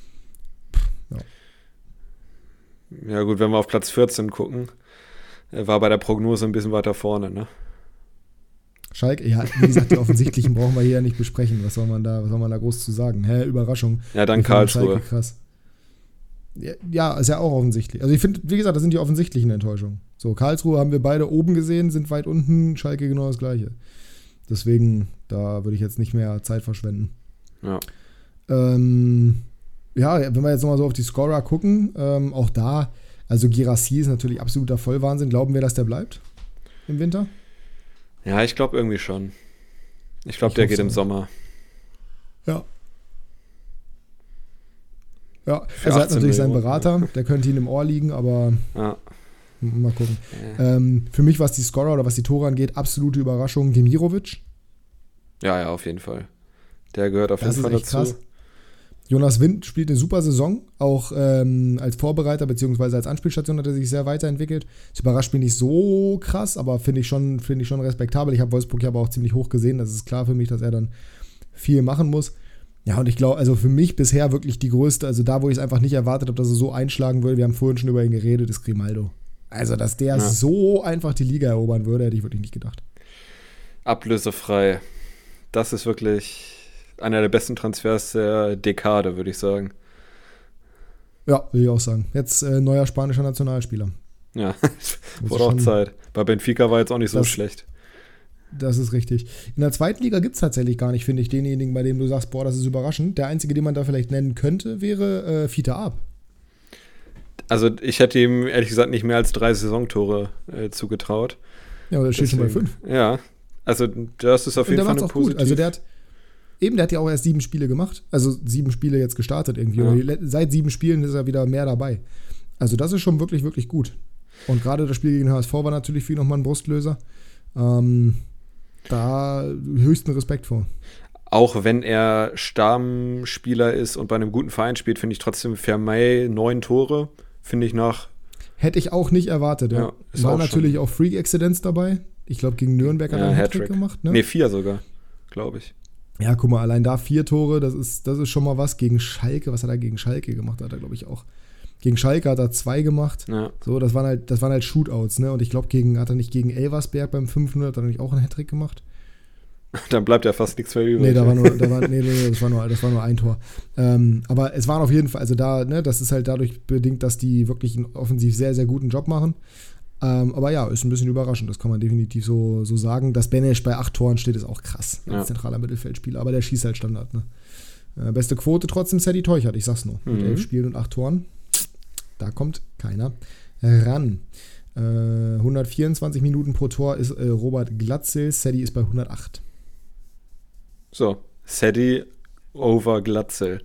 Ja gut, wenn wir auf Platz vierzehn gucken, äh, war bei der Prognose ein bisschen weiter vorne, ne? Schalke, ja, wie gesagt, die offensichtlichen brauchen wir hier ja nicht besprechen. Was soll man da, was soll man da groß zu sagen? Hä, Überraschung. Ja, dann Wir finden Karlsruhe. Schalke krass. Ja, ja, ist ja auch offensichtlich. Also ich finde, wie gesagt, das sind die offensichtlichen Enttäuschungen. So, Karlsruhe haben wir beide oben gesehen, sind weit unten, Schalke genau das Gleiche. Deswegen, da würde ich jetzt nicht mehr Zeit verschwenden. Ja. Ähm, ja, wenn wir jetzt nochmal so auf die Scorer gucken, ähm, auch da, also Girassi ist natürlich absoluter Vollwahnsinn. Glauben wir, dass der bleibt im Winter? Ja, ich glaube irgendwie schon. Ich glaube, Ich der hoff's geht im auch. Sommer. Ja. Ja, Für also er hat achtzehn natürlich seinen Millionen, Berater, der könnte ihm im Ohr liegen, aber Ja. m- mal gucken. Ja, Ähm, für mich, was die Scorer oder was die Tore angeht, absolute Überraschung, Demirovic. ja, auf jeden Fall. Der gehört auf Das jeden ist Fall echt dazu. krass. Jonas Wind spielt eine super Saison, auch ähm, als Vorbereiter bzw. als Anspielstation hat er sich sehr weiterentwickelt. Das überrascht mich nicht so krass, aber finde ich schon, finde ich schon respektabel. Ich habe Wolfsburg ja aber auch ziemlich hoch gesehen, das ist klar für mich, dass er dann viel machen muss. Ja, und ich glaube, also für mich bisher wirklich die größte, also da, wo ich es einfach nicht erwartet habe, dass er so einschlagen würde, wir haben vorhin schon über ihn geredet, ist Grimaldo. Also, dass der Ja. so einfach die Liga erobern würde, hätte ich wirklich nicht gedacht. Ablösefrei. Das ist wirklich einer der besten Transfers der Dekade, würde ich sagen. Ja, will ich auch sagen. Jetzt äh, neuer spanischer Nationalspieler. Ja, Muss wurde auch schon- Zeit. Bei Benfica war jetzt auch nicht so Das- schlecht. Das ist richtig. In der zweiten Liga gibt es tatsächlich gar nicht, finde ich, denjenigen, bei dem du sagst, boah, das ist überraschend. Der einzige, den man da vielleicht nennen könnte, wäre äh, Fiete Ab. Also ich hätte ihm ehrlich gesagt nicht mehr als drei Saisontore äh, zugetraut. Ja, aber der steht schon bei Deswegen- fünf. Ja, also das ist auf Und jeden der Fall macht's eine auch gut. positive. Also der hat, eben, der hat ja auch erst sieben Spiele gemacht. Also sieben Spiele jetzt gestartet irgendwie. Ja. Oder die le- seit sieben Spielen ist er wieder mehr dabei. Also das ist schon wirklich, wirklich gut. Und gerade das Spiel gegen H S V war natürlich für ihn nochmal ein Brustlöser. Ähm, da höchsten Respekt vor. Auch wenn er Stammspieler ist und bei einem guten Verein spielt, finde ich trotzdem Vermey neun Tore, finde ich nach. Hätte ich auch nicht erwartet, ja. ja War auch natürlich schon. Auch Freak-Accidents dabei. Ich glaube, gegen Nürnberg hat ja, er einen Hattrick gemacht. Ne? Nee, vier sogar, glaube ich. Ja, guck mal, allein da vier Tore, das ist, das ist schon mal was gegen Schalke. Was hat er gegen Schalke gemacht? Hat er, glaube ich, auch. Gegen Schalke hat er zwei gemacht. Ja. So, das waren halt, das waren halt Shootouts, ne? Und ich glaube, gegen hat er nicht gegen Elversberg beim fünf null, hat er nicht auch einen Hattrick gemacht? Dann bleibt ja fast nichts mehr übrig. Nee, da war nur, da war, nee, nee, das war nur, das war nur ein Tor. Ähm, aber es waren auf jeden Fall, also da, ne, das ist halt dadurch bedingt, dass die wirklich einen offensiv sehr, sehr guten Job machen. Ähm, aber ja, ist ein bisschen überraschend, das kann man definitiv so, so sagen. Dass Benesch bei acht Toren steht, ist auch krass, als ja. zentraler Mittelfeldspieler. Aber der schießt halt Standard, ne? Äh, beste Quote trotzdem Sadie Teuchert, ich sag's nur. Mhm. Mit elf Spielen und acht Toren. Da kommt keiner ran. Äh, hundertvierundzwanzig Minuten pro Tor ist äh, Robert Glatzel, Sadie ist bei hundertacht. So, Sadie over Glatzel.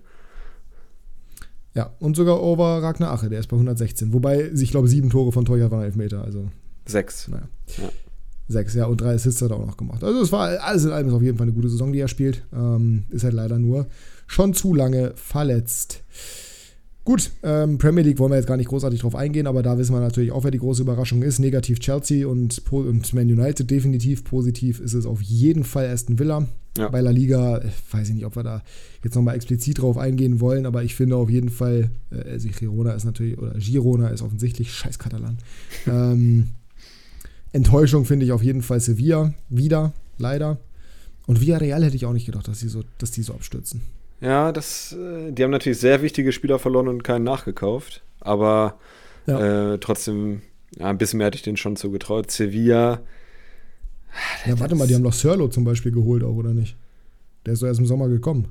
Ja, und sogar over Ragnar Ache, der ist bei hundertsechzehn. Wobei, ich glaube, sieben Tore von Teuchert waren Elfmeter. Also, Sechs. Naja. Ja. Sechs, ja, und drei Assists hat er auch noch gemacht. Also es war alles in allem ist auf jeden Fall eine gute Saison, die er spielt. Ähm, ist halt leider nur schon zu lange verletzt. Gut, ähm, Premier League wollen wir jetzt gar nicht großartig drauf eingehen, aber da wissen wir natürlich auch, wer die große Überraschung ist. Negativ Chelsea und, und Man United definitiv. Positiv ist es auf jeden Fall Aston Villa. Ja. Bei La Liga, weiß ich nicht, ob wir da jetzt nochmal explizit drauf eingehen wollen, aber ich finde auf jeden Fall, äh, also Girona ist natürlich, oder Girona ist offensichtlich, scheiß Katalan. ähm, Enttäuschung finde ich auf jeden Fall Sevilla, wieder, leider. Und Villarreal hätte ich auch nicht gedacht, dass die so, dass die so abstürzen. Ja, das, die haben natürlich sehr wichtige Spieler verloren und keinen nachgekauft. Aber ja. äh, trotzdem, ja, ein bisschen mehr hätte ich denen schon zugetraut. Sevilla. Ja, warte mal, die haben doch Sörloth zum Beispiel geholt auch, oder nicht? Der ist doch erst im Sommer gekommen.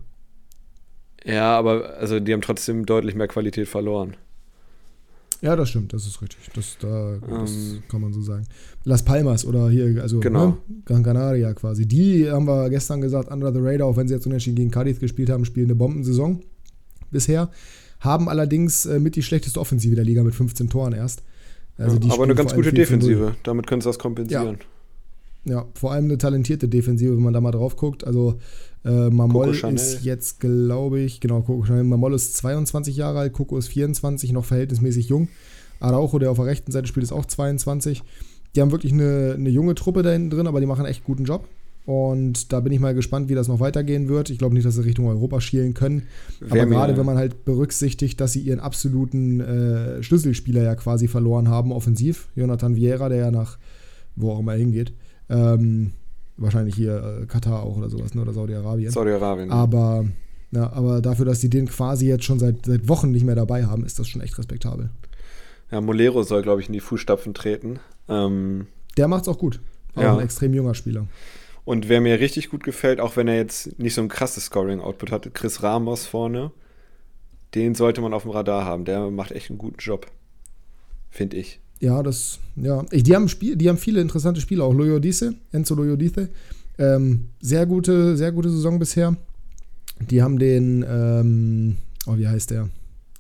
Ja, aber also die haben trotzdem deutlich mehr Qualität verloren. Ja, das stimmt, das ist richtig. Das, da, das um, kann man so sagen. Las Palmas oder hier, also genau. ne? Gran Canaria quasi. Die haben wir gestern gesagt, under the radar, auch wenn sie jetzt unentschieden gegen Cadiz gespielt haben, spielen eine Bombensaison bisher. Haben allerdings äh, mit die schlechteste Offensive der Liga mit fünfzehn Toren erst. Also die aber eine ganz gute Defensive, damit können sie das kompensieren. Ja. ja, vor allem eine talentierte Defensive, wenn man da mal drauf guckt. Also äh, Mamol ist jetzt, glaube ich, genau, Coco Chanel. Mamol ist zweiundzwanzig Jahre alt, Coco ist vierundzwanzig, noch verhältnismäßig jung. Araujo, der auf der rechten Seite spielt, ist auch zweiundzwanzig. Die haben wirklich eine, eine junge Truppe da hinten drin, aber die machen einen echt guten Job. Und da bin ich mal gespannt, wie das noch weitergehen wird. Ich glaube nicht, dass sie Richtung Europa schielen können. Wer aber gerade, wenn man halt berücksichtigt, dass sie ihren absoluten äh, Schlüsselspieler ja quasi verloren haben, offensiv. Jonathan Vieira, der ja nach wo auch immer hingeht. Ähm, wahrscheinlich hier äh, Katar auch oder sowas, ne? Oder Saudi-Arabien. Saudi-Arabien. Aber, ja, aber dafür, dass die den quasi jetzt schon seit, seit Wochen nicht mehr dabei haben, ist das schon echt respektabel. Ja, Molero soll, glaube ich, in die Fußstapfen treten. Ähm, Der macht's auch gut. Auch ja. ein extrem junger Spieler. Und wer mir richtig gut gefällt, auch wenn er jetzt nicht so ein krasses Scoring-Output hat, Chris Ramos vorne, den sollte man auf dem Radar haben. Der macht echt einen guten Job. Finde ich. Ja, das, ja. Ich, die, haben Spiel, die haben viele interessante Spieler, auch Loyodice, Enzo Loyodice. Ähm, sehr gute, sehr gute Saison bisher. Die haben den, ähm, oh, wie heißt der?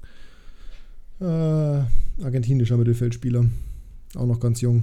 Äh, argentinischer Mittelfeldspieler. Auch noch ganz jung.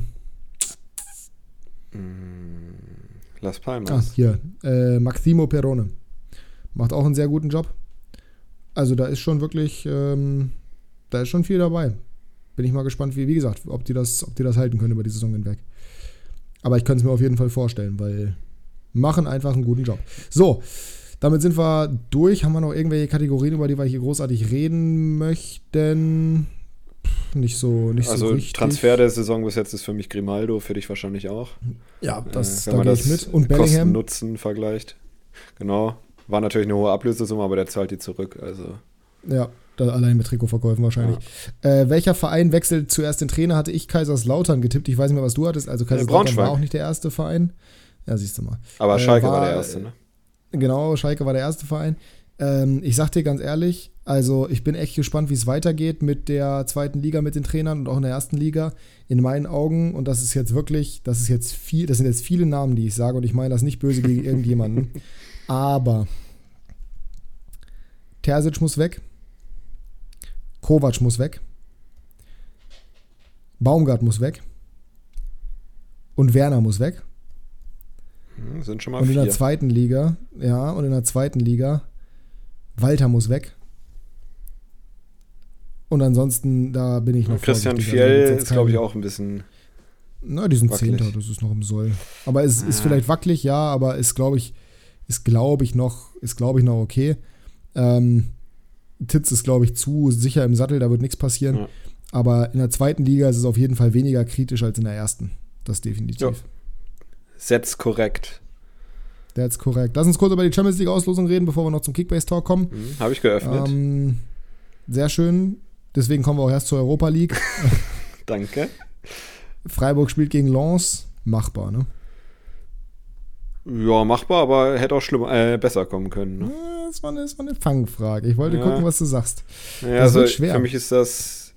Las Palmas. Ah, hier. Äh, Maximo Perrone. Macht auch einen sehr guten Job. Also da ist schon wirklich, ähm, da ist schon viel dabei. Bin ich mal gespannt, wie, wie gesagt, ob die das, ob die das halten können über die Saison hinweg. Aber ich könnte es mir auf jeden Fall vorstellen, weil machen einfach einen guten Job. So, damit sind wir durch. Haben wir noch irgendwelche Kategorien, über die wir hier großartig reden möchten? Pff, nicht so, nicht also so richtig. Transfer der Saison bis jetzt ist für mich Grimaldo, für dich wahrscheinlich auch. Ja, das, äh, wenn da man gehe ich das mit. Und Bellingham. Kosten-Nutzen vergleicht. Genau. War natürlich eine hohe Ablösesumme, aber der zahlt die zurück. Also. Ja, da allein mit Trikotverkäufen wahrscheinlich. Ja. Äh, welcher Verein wechselt zuerst den Trainer? Hatte ich Kaiserslautern getippt. Ich weiß nicht mehr, was du hattest. Also Kaiserslautern war auch nicht der erste Verein. Ja, siehst du mal. Aber Schalke äh, war, war der erste, ne? Genau, Schalke war der erste Verein. Ähm, ich sag dir ganz ehrlich, also ich bin echt gespannt, wie es weitergeht mit der zweiten Liga, mit den Trainern und auch in der ersten Liga. In meinen Augen, und das ist jetzt wirklich, das ist jetzt viel, das sind jetzt viele Namen, die ich sage, und ich meine das nicht böse gegen irgendjemanden. Aber Terzic muss weg. Kovac muss weg. Baumgart muss weg. Und Werner muss weg. sind schon mal und vier. Und in der zweiten Liga, ja, und in der zweiten Liga, Walter muss weg. Und ansonsten, da bin ich noch Christian Fjell also ist, glaube ich, auch ein bisschen na, die sind wackelig. Zehnter, das ist noch im Soll. Aber es ah. ist vielleicht wackelig, ja, aber ist, glaube ich, ist, glaube ich, noch, ist, glaube ich, noch okay. Ähm, Titz ist, glaube ich, zu sicher im Sattel, da wird nichts passieren. Ja. Aber in der zweiten Liga ist es auf jeden Fall weniger kritisch als in der ersten. Das definitiv. Ja. Setz korrekt. That's korrekt. Lass uns kurz über die Champions League-Auslosung reden, bevor wir noch zum Kickbase-Talk kommen. Mhm, Habe ich geöffnet. Ähm, sehr schön. Deswegen kommen wir auch erst zur Europa League. Danke. Freiburg spielt gegen Lens. Machbar, ne? Ja, machbar, aber hätte auch schlimmer, äh, besser kommen können. Ne? Ja, das, war eine, das war eine Fangfrage. Ich wollte ja. gucken, was du sagst. Ja, das also wird schwer. Für mich ist das,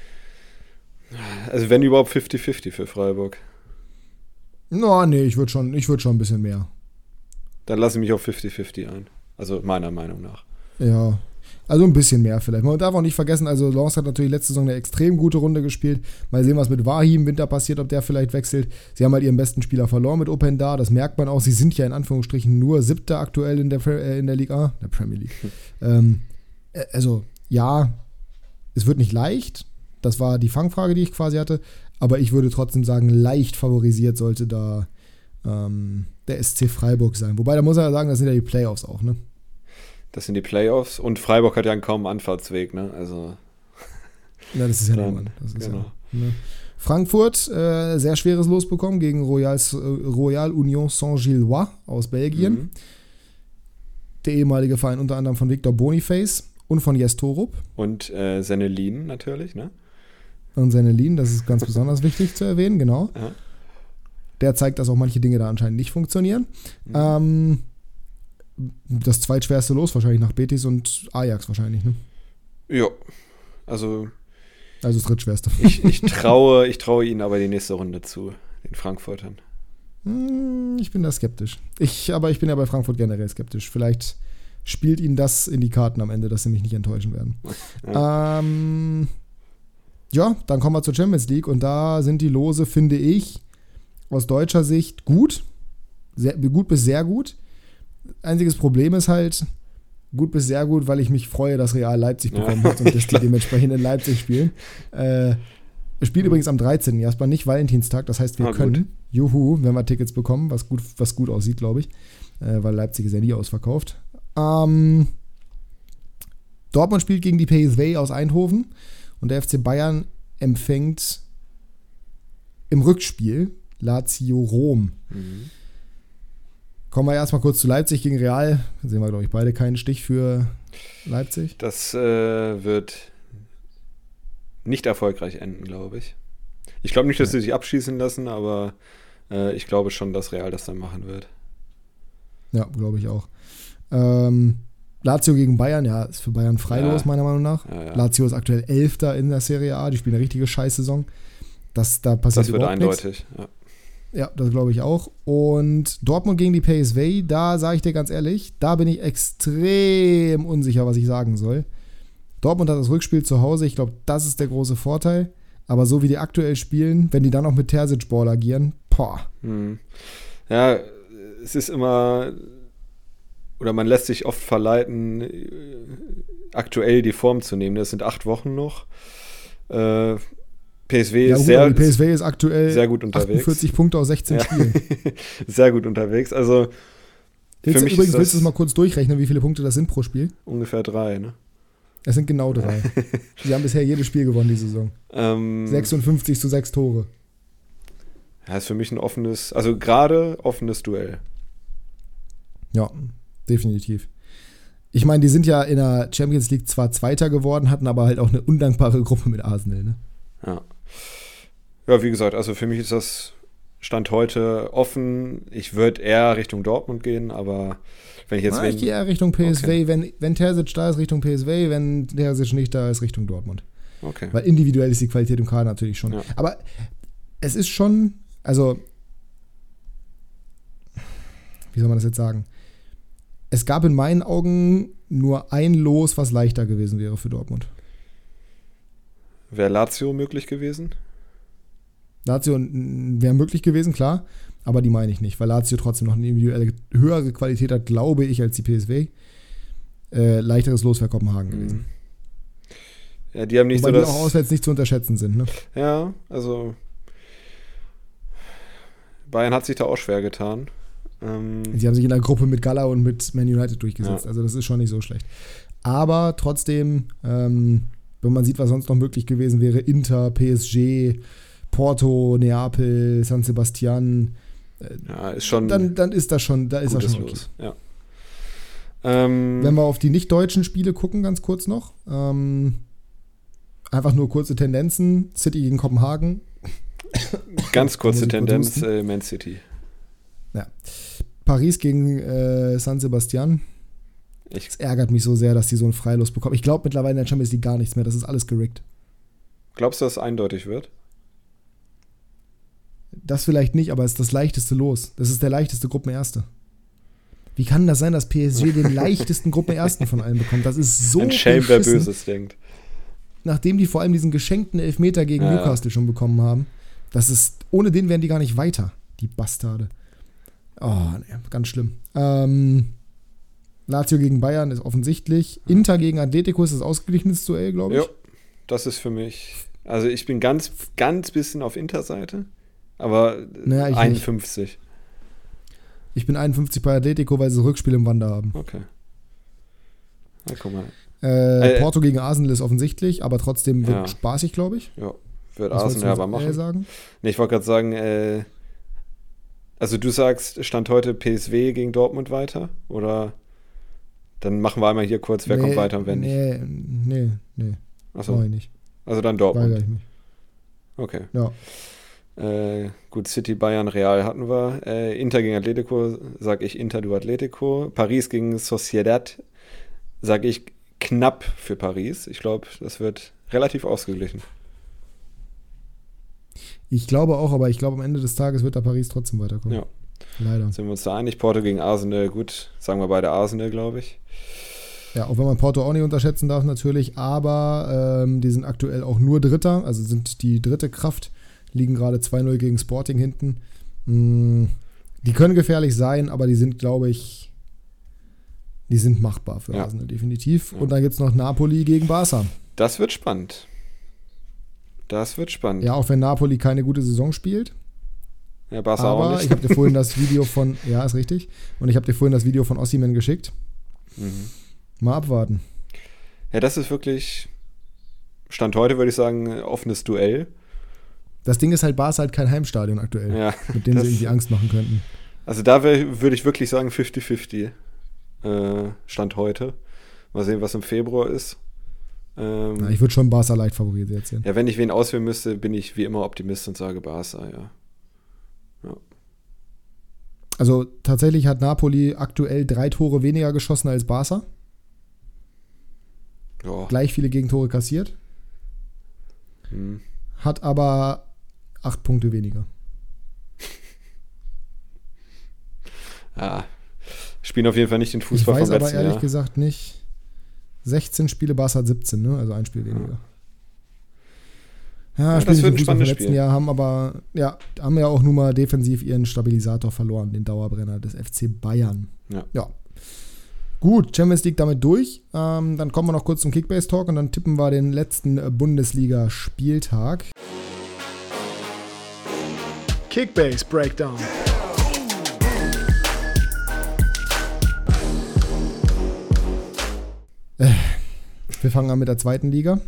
also wenn überhaupt fünfzig fünfzig für Freiburg. No, nee, ich würde schon, ich würd schon ein bisschen mehr. Dann lasse ich mich auf fünfzig fünfzig ein. Also meiner Meinung nach. Ja, also ein bisschen mehr vielleicht. Man darf auch nicht vergessen, also Lens hat natürlich letzte Saison eine extrem gute Runde gespielt. Mal sehen, was mit Wahi im Winter passiert, ob der vielleicht wechselt. Sie haben halt ihren besten Spieler verloren mit Openda, das merkt man auch. Sie sind ja in Anführungsstrichen nur Siebter aktuell in der, äh, in der Liga, der Premier League. ähm, also ja, es wird nicht leicht. Das war die Fangfrage, die ich quasi hatte. Aber ich würde trotzdem sagen, leicht favorisiert sollte da ähm, der S C Freiburg sein. Wobei, da muss er ja sagen, das sind ja die Playoffs auch, ne? Das sind die Playoffs und Freiburg hat ja einen kaum Anfahrtsweg, ne? Also. Ja, das ist ja niemand. Das ist genau. Ja, ne? Frankfurt, äh, sehr schweres Los bekommen gegen Royal, äh, Royal Union Saint-Gillois aus Belgien. Mhm. Der ehemalige Verein unter anderem von Victor Boniface und von Jes Torup. Und äh, Sennelin natürlich, ne? Und Sennelin, das ist ganz besonders wichtig zu erwähnen, genau. Ja. Der zeigt, dass auch manche Dinge da anscheinend nicht funktionieren. Mhm. Ähm, das zweitschwerste Los wahrscheinlich nach Betis und Ajax wahrscheinlich, ne? Ja, also Also das drittschwerste. Ich, ich, traue, ich traue ihnen aber die nächste Runde zu, den Frankfurtern. Ich bin da skeptisch. Ich, aber ich bin ja bei Frankfurt generell skeptisch. Vielleicht spielt ihnen das in die Karten am Ende, dass sie mich nicht enttäuschen werden. Ja, ähm, ja dann kommen wir zur Champions League und da sind die Lose, finde ich, aus deutscher Sicht gut. Sehr, gut bis sehr gut. Einziges Problem ist halt, gut bis sehr gut, weil ich mich freue, dass Real Leipzig bekommen ja, hat und dass die dementsprechend in Leipzig spielen. Äh, spielt mhm. übrigens am dreizehnten Jasper, nicht Valentinstag, das heißt, wir ah, können, gut. juhu, wenn wir Tickets bekommen, was gut, was gut aussieht, glaube ich, äh, weil Leipzig ist ja nie ausverkauft. Ähm, Dortmund spielt gegen die P S V aus Eindhoven und der F C Bayern empfängt im Rückspiel Lazio Rom. Mhm. Kommen wir erstmal kurz zu Leipzig gegen Real. Da sehen wir, glaube ich, beide keinen Stich für Leipzig. Das äh, wird nicht erfolgreich enden, glaube ich. Ich glaube nicht, dass sie sich abschießen lassen, aber äh, ich glaube schon, dass Real das dann machen wird. Ja, glaube ich auch. Ähm, Lazio gegen Bayern, ja, ist für Bayern freilos, ja. meiner Meinung nach. Ja, ja. Lazio ist aktuell Elfter in der Serie A. Die spielen eine richtige Scheißsaison. Das, da passiert das wird überhaupt eindeutig, nichts. ja. Ja, das glaube ich auch. Und Dortmund gegen die P S V, da sage ich dir ganz ehrlich, da bin ich extrem unsicher, was ich sagen soll. Dortmund hat das Rückspiel zu Hause, ich glaube, das ist der große Vorteil. Aber so wie die aktuell spielen, wenn die dann auch mit Terzic-Ball agieren, boah. Hm. Ja, es ist immer, oder man lässt sich oft verleiten, aktuell die Form zu nehmen. Das sind acht Wochen noch. Äh, P S V ja, ist gut, sehr, die P S V ist aktuell sehr gut unterwegs. achtundvierzig Punkte aus sechzehn ja. Spielen. Sehr gut unterwegs. Also willst für mich übrigens, ist willst du es mal kurz durchrechnen, wie viele Punkte das sind pro Spiel? Ungefähr drei, ne? Es sind genau drei. Sie haben bisher jedes Spiel gewonnen, die Saison. Ähm, sechsundfünfzig zu sechs Tore. Ja, ist für mich ein offenes, also gerade offenes Duell. Ja, definitiv. Ich meine, die sind ja in der Champions League zwar Zweiter geworden, hatten aber halt auch eine undankbare Gruppe mit Arsenal, ne? Ja. Ja, wie gesagt, also für mich ist das Stand heute offen. Ich würde eher Richtung Dortmund gehen, aber wenn ich jetzt... Na, wen... ich gehe eher Richtung P S V. Okay. Wenn, wenn Terzic da ist, Richtung P S V. Wenn Terzic nicht da ist, Richtung Dortmund. Okay. Weil individuell ist die Qualität im Kader natürlich schon. Ja. Aber es ist schon, also wie soll man das jetzt sagen? Es gab in meinen Augen nur ein Los, was leichter gewesen wäre für Dortmund. Wäre Lazio möglich gewesen? Lazio wäre möglich gewesen, klar. aber die meine ich nicht, weil Lazio trotzdem noch eine individuelle höhere Qualität hat, glaube ich, als die P S V. Äh, leichteres Los wäre Kopenhagen gewesen. Ja, die haben nicht Wobei so die das... auch auswärts nicht zu unterschätzen sind, ne? Ja, also Bayern hat sich da auch schwer getan. Ähm, Sie haben sich in der Gruppe mit Gala und mit Man United durchgesetzt, Ja. also das ist schon nicht so schlecht. Aber trotzdem, ähm, wenn man sieht, was sonst noch möglich gewesen wäre, Inter, P S G, Porto, Neapel, San Sebastian, ja, ist schon dann, dann ist das schon, da ist das gutes schon okay. Los. Ja. Ähm, Wenn wir auf die nicht-deutschen Spiele gucken, ganz kurz noch, ähm, einfach nur kurze Tendenzen, City gegen Kopenhagen. ganz kurze Muss ich kurz Tendenz, husten? äh, Man City. Ja. Paris gegen äh, San Sebastian. Ich, Es ärgert mich so sehr, dass die so einen Freilos bekommen. Ich glaube mittlerweile in der Champions League gar nichts mehr. Das ist alles gerickt. glaubst du, dass es eindeutig wird? Das vielleicht nicht, aber es ist das leichteste Los. Das ist der leichteste Gruppenerste. Wie kann das sein, dass P S G den leichtesten Gruppenersten von allen bekommt? Das ist so Ein Schelm, wer beschissen, Böses denkt. nachdem die vor allem diesen geschenkten Elfmeter gegen Ja, Newcastle schon bekommen haben. Das ist, ohne den wären die gar nicht weiter, die Bastarde. Oh, nee, ganz schlimm. Ähm, Lazio gegen Bayern ist offensichtlich. Inter gegen Atletico ist das ausgeglichenes Duell, glaube ich. Ja, das ist für mich. Also ich bin ganz, ganz bisschen auf Inter-Seite, aber Naja, ich einundfünfzig. Ich bin einundfünfzig bei Atletico, weil sie das Rückspiel im Wander haben. Okay. Na, guck mal. Äh, Äh, Porto gegen Arsenal ist offensichtlich, aber trotzdem wird Ja. spaßig, glaube ich. Ja, wird Was wolltest Arsenal du aber äh, machen. sagen? Nee, ich wollte gerade sagen, äh, also du sagst, Stand heute P S V gegen Dortmund weiter? Oder dann machen wir einmal hier kurz, wer nee, kommt weiter und wer nicht. Nee, nee, nee. Achso, Mach ich nicht. also dann Weigere Dortmund. ich mich. Okay. Ja. Äh, gut, City, Bayern, Real hatten wir. Äh, Inter gegen Atletico, sag ich Inter, du Atletico. Paris gegen Sociedad, sag ich knapp für Paris. Ich glaube, das wird relativ ausgeglichen. Ich glaube auch, aber ich glaube, am Ende des Tages wird da Paris trotzdem weiterkommen. Ja. Leider. Sind wir uns da einig? Porto gegen Arsenal, gut, sagen wir beide Arsenal, glaube ich. Ja, auch wenn man Porto auch nicht unterschätzen darf natürlich, aber ähm, die sind aktuell auch nur Dritter, also sind die dritte Kraft, liegen gerade zwei null gegen Sporting hinten. Mm, die können gefährlich sein, aber die sind, glaube ich, die sind machbar für Ja. Arsenal, definitiv. Ja. Und dann gibt es noch Napoli gegen Barca. Das wird spannend. Das wird spannend. Ja, auch wenn Napoli keine gute Saison spielt. Ja, Barca auch Aber nicht. ich habe dir vorhin das Video von, ja, ist richtig, und ich habe dir vorhin das Video von Osimhen geschickt. Mhm. Mal abwarten. Ja, das ist wirklich, Stand heute würde ich sagen, offenes Duell. Das Ding ist halt, Barca halt kein Heimstadion aktuell, Ja, mit dem das- sie irgendwie Angst machen könnten. Also da wär, würde ich wirklich sagen fünfzig fünfzig äh, Stand heute. Mal sehen, was im Februar ist. Ähm, Ja, ich würde schon Barca leicht favorisiert sehen. ja, wenn ich wen auswählen müsste, bin ich wie immer Optimist und sage Barca, ja. Also tatsächlich hat Napoli aktuell drei Tore weniger geschossen als Barca. Ja. Gleich viele Gegentore kassiert. Hm. Hat aber acht Punkte weniger. Ja. Spielen auf jeden Fall nicht den Ich Fußball weiß vom aber letzten ehrlich Jahr. gesagt nicht. sechzehn Spiele, Barca hat siebzehn, ne? Also ein Spiel weniger. Ja, Ja, spielen das nicht wird den ein Fußball vom spannendes letzten Spiel. Jahr, haben aber, ja, haben ja auch nun mal defensiv ihren Stabilisator verloren, den Dauerbrenner des F C Bayern. Ja. ja. Gut, Champions League damit durch. Ähm, dann kommen wir noch kurz zum Kickbase-Talk und dann tippen wir den letzten äh, Bundesliga-Spieltag. Kickbase Breakdown. Wir fangen an mit der zweiten Liga.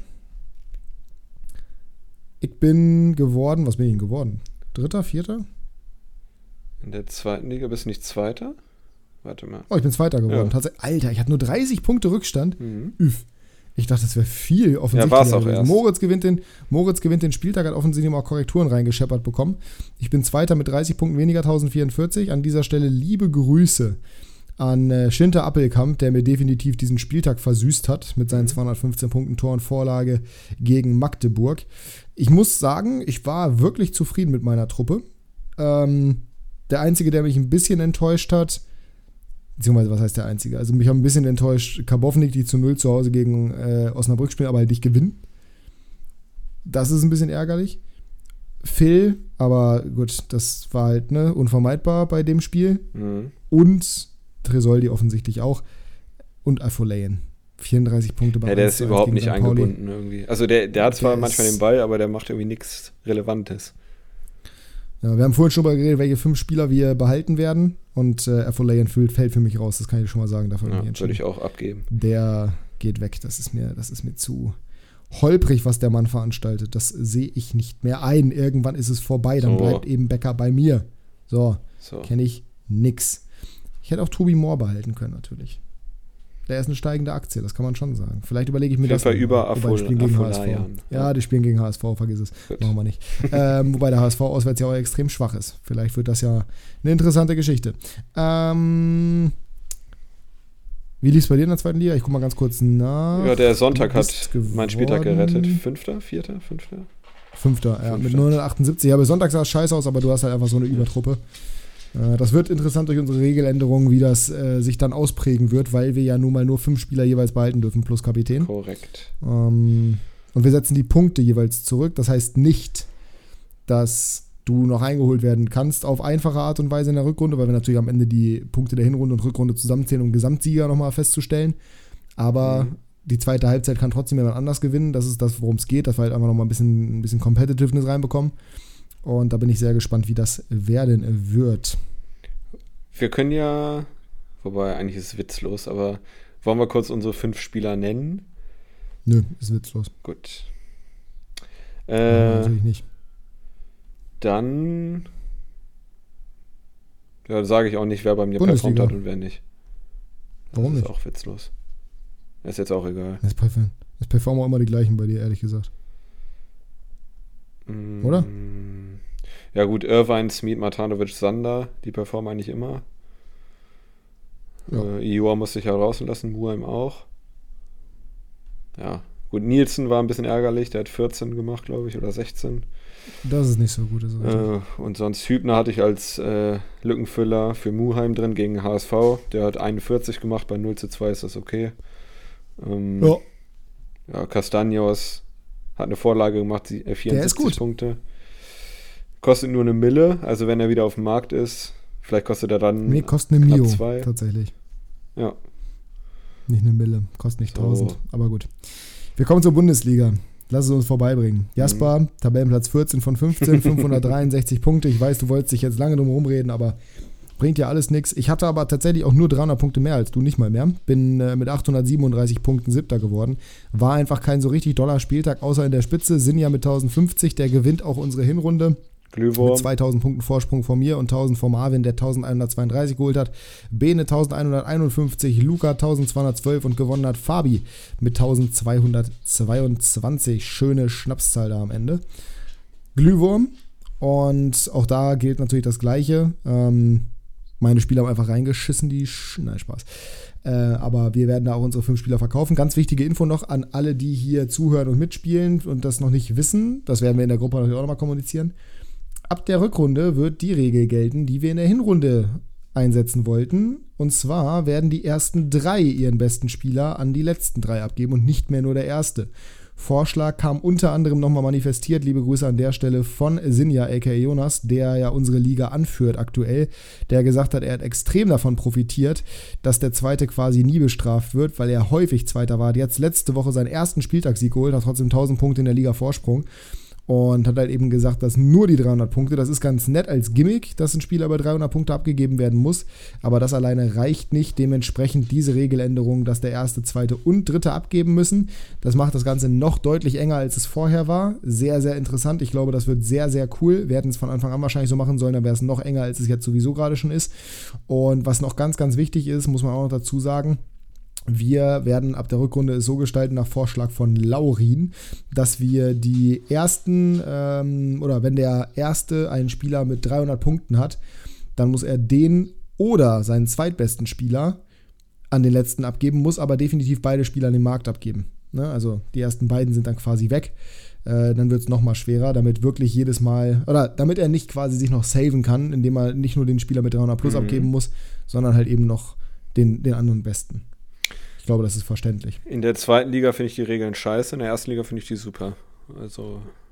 Ich bin geworden, was bin ich denn geworden? Dritter, vierter? In der zweiten Liga bist du nicht Zweiter? Warte mal. Oh, ich bin Zweiter geworden. Ja. Tatsächlich, Alter, ich hatte nur dreißig Punkte Rückstand. Mhm. Üff. Ich dachte, das wäre viel offensichtlicher. Ja, war's auch gewesen. erst. Moritz gewinnt, den, Moritz gewinnt den Spieltag, hat offensichtlich auch Korrekturen reingescheppert bekommen. Ich bin Zweiter mit dreißig Punkten weniger, tausendvierundvierzig. An dieser Stelle liebe Grüße an äh, Schinter Appelkamp, der mir definitiv diesen Spieltag versüßt hat mit seinen zweihundertfünfzehn Punkten Tor und Vorlage gegen Magdeburg. Ich muss sagen, ich war wirklich zufrieden mit meiner Truppe. Ähm, der Einzige, der mich ein bisschen enttäuscht hat, beziehungsweise was heißt der Einzige? Also mich haben ein bisschen enttäuscht, Karbovnik, die zu null zu Hause gegen äh, Osnabrück spielen, aber halt nicht gewinnen. Das ist ein bisschen ärgerlich. Phil, aber gut, das war halt ne, unvermeidbar bei dem Spiel. Mhm. Und Tresoldi offensichtlich auch. Und Afolayan. vierunddreißig Punkte bei Ja, der ist überhaupt nicht Sankt Pauli. eingebunden irgendwie. Also der, der hat zwar Der manchmal ist- den Ball, aber der macht irgendwie nichts Relevantes. Ja, wir haben vorhin schon mal geredet, welche fünf Spieler wir behalten werden. Und äh, Afolayan fällt fällt für mich raus, das kann ich schon mal sagen. Dafür Ja, bin ich würde ich entschieden. auch abgeben. Der geht weg. Das ist mir, das ist mir zu holprig, was der Mann veranstaltet. Das sehe ich nicht mehr ein. Irgendwann ist es vorbei. Dann So. bleibt eben Becker bei mir. So, So. kenne ich nix. Ich hätte auch Tobi Moore behalten können, natürlich. Der ist eine steigende Aktie, das kann man schon sagen. Vielleicht überlege ich mir Auf jeden das. Fall noch. über Wobei, die Afol- spielen gegen H S V. Afolayan. Ja, die spielen gegen H S V, vergiss es. Gut. Machen wir nicht. ähm, wobei der H S V auswärts ja auch extrem schwach ist. Vielleicht wird das ja eine interessante Geschichte. Ähm, wie lief es bei dir in der zweiten Liga? Ich gucke mal ganz kurz nach. Ja, der Sonntag Du hat bist meinen Spieltag geworden- gerettet. Fünfter, vierter, fünfter? Fünfter, ja, mit Fünfter. neunhundertachtundsiebzig. Ja, bei Sonntag sah es scheiße aus, aber du hast halt einfach so eine Übertruppe. Äh, Das wird interessant durch unsere Regeländerungen, wie das äh, sich dann ausprägen wird, weil wir ja nun mal nur fünf Spieler jeweils behalten dürfen, plus Kapitän. Korrekt. Ähm, und wir setzen die Punkte jeweils zurück. Das heißt nicht, dass du noch eingeholt werden kannst auf einfache Art und Weise in der Rückrunde, weil wir natürlich am Ende die Punkte der Hinrunde und Rückrunde zusammenzählen, um Gesamtsieger nochmal festzustellen. Aber Mhm. die zweite Halbzeit kann trotzdem jemand anders gewinnen. Das ist das, worum es geht, dass wir halt einfach nochmal ein bisschen, ein bisschen Competitiveness reinbekommen. Und da bin ich sehr gespannt, wie das werden wird. Wir können ja, wobei eigentlich ist es witzlos, aber wollen wir kurz unsere fünf Spieler nennen? Nö, ist witzlos. Gut. Ja, Äh, natürlich nicht. dann ja, sage ich auch nicht, wer bei mir Bundesliga. performt hat und wer nicht. Warum das nicht? ist auch witzlos. Ist jetzt auch egal. Es performen, es performen auch immer die gleichen bei dir, ehrlich gesagt. Mm, Oder? Ja gut, Irvine, Smith, Matanovic, Sander, die performen eigentlich immer. Ja. Äh, Ior musste ich ja rauslassen, Muheim auch. Ja, gut, Nielsen war ein bisschen ärgerlich, der hat vierzehn gemacht, glaube ich, oder sechzehn. Das ist nicht so gut. Das ist Äh, und sonst Hübner hatte ich als äh, Lückenfüller für Muheim drin gegen H S V. Der hat einundvierzig gemacht, bei null zu zwei ist das okay. Ähm, ja. ja, Castaños hat eine Vorlage gemacht, sie- äh, vierundsiebzig gut. Punkte. Kostet nur eine Mille, also wenn er wieder auf dem Markt ist, vielleicht kostet er dann Nee, kostet eine knapp Mio, zwei. tatsächlich. Ja, Nicht eine Mille, kostet nicht So. tausend, aber gut. Wir kommen zur Bundesliga. Lass es uns vorbeibringen. Jasper, Tabellenplatz vierzehn von fünfzehn, fünfhundertdreiundsechzig Punkte. Ich weiß, du wolltest dich jetzt lange drum rumreden, aber bringt ja alles nichts. Ich hatte aber tatsächlich auch nur dreihundert Punkte mehr als du, nicht mal mehr. Bin äh, mit achthundertsiebenunddreißig Punkten Siebter geworden. War einfach kein so richtig doller Spieltag, außer in der Spitze. Sinja mit tausendfünfzig, der gewinnt auch unsere Hinrunde. Glühwurm. Mit zweitausend Punkten Vorsprung von mir und tausend vom Marvin, der elfhundertzweiunddreißig geholt hat. Bene elfhunderteinundfünfzig, Luca eintausendzweihundertzwölf und gewonnen hat Fabi mit eintausendzweihundertzweiundzwanzig. Schöne Schnapszahl da am Ende. Glühwurm. Und auch da gilt natürlich das Gleiche. Ähm, meine Spieler haben einfach reingeschissen, die Sch Nein, Spaß. Äh, aber wir werden da auch unsere fünf Spieler verkaufen. Ganz wichtige Info noch an alle, die hier zuhören und mitspielen und das noch nicht wissen. Das werden wir in der Gruppe natürlich auch nochmal kommunizieren. Ab der Rückrunde wird die Regel gelten, die wir in der Hinrunde einsetzen wollten. Und zwar werden die ersten drei ihren besten Spieler an die letzten drei abgeben und nicht mehr nur der erste. Vorschlag kam unter anderem nochmal manifestiert, liebe Grüße an der Stelle, von Sinja, aka Jonas, der ja unsere Liga anführt aktuell, der gesagt hat, er hat extrem davon profitiert, dass der Zweite quasi nie bestraft wird, weil er häufig Zweiter war. Hat jetzt letzte Woche seinen ersten Spieltagssieg geholt, hat trotzdem tausend Punkte in der Liga Vorsprung. Und hat halt eben gesagt, dass nur die dreihundert Punkte, das ist ganz nett als Gimmick, dass ein Spieler über dreihundert Punkte abgegeben werden muss, aber das alleine reicht nicht, dementsprechend diese Regeländerung, dass der Erste, Zweite und Dritte abgeben müssen. Das macht das Ganze noch deutlich enger, als es vorher war. Sehr, sehr interessant, ich glaube, das wird sehr, sehr cool. Wir hätten es von Anfang an wahrscheinlich so machen sollen, dann wäre es noch enger, als es jetzt sowieso gerade schon ist. Und was noch ganz, ganz wichtig ist, muss man auch noch dazu sagen, wir werden ab der Rückrunde es so gestalten, nach Vorschlag von Laurin, dass wir die ersten, ähm, oder wenn der Erste einen Spieler mit dreihundert Punkten hat, dann muss er den oder seinen zweitbesten Spieler an den letzten abgeben, muss aber definitiv beide Spieler an den Markt abgeben. Ne? Also die ersten beiden sind dann quasi weg. Äh, dann wird es nochmal schwerer, damit wirklich jedes Mal, oder damit er nicht quasi sich noch saven kann, indem er nicht nur den Spieler mit dreihundert plus mhm. abgeben muss, sondern halt eben noch den, den anderen Besten. Ich glaube, das ist verständlich. In der zweiten Liga finde ich die Regeln scheiße, in der ersten Liga finde ich die super. Also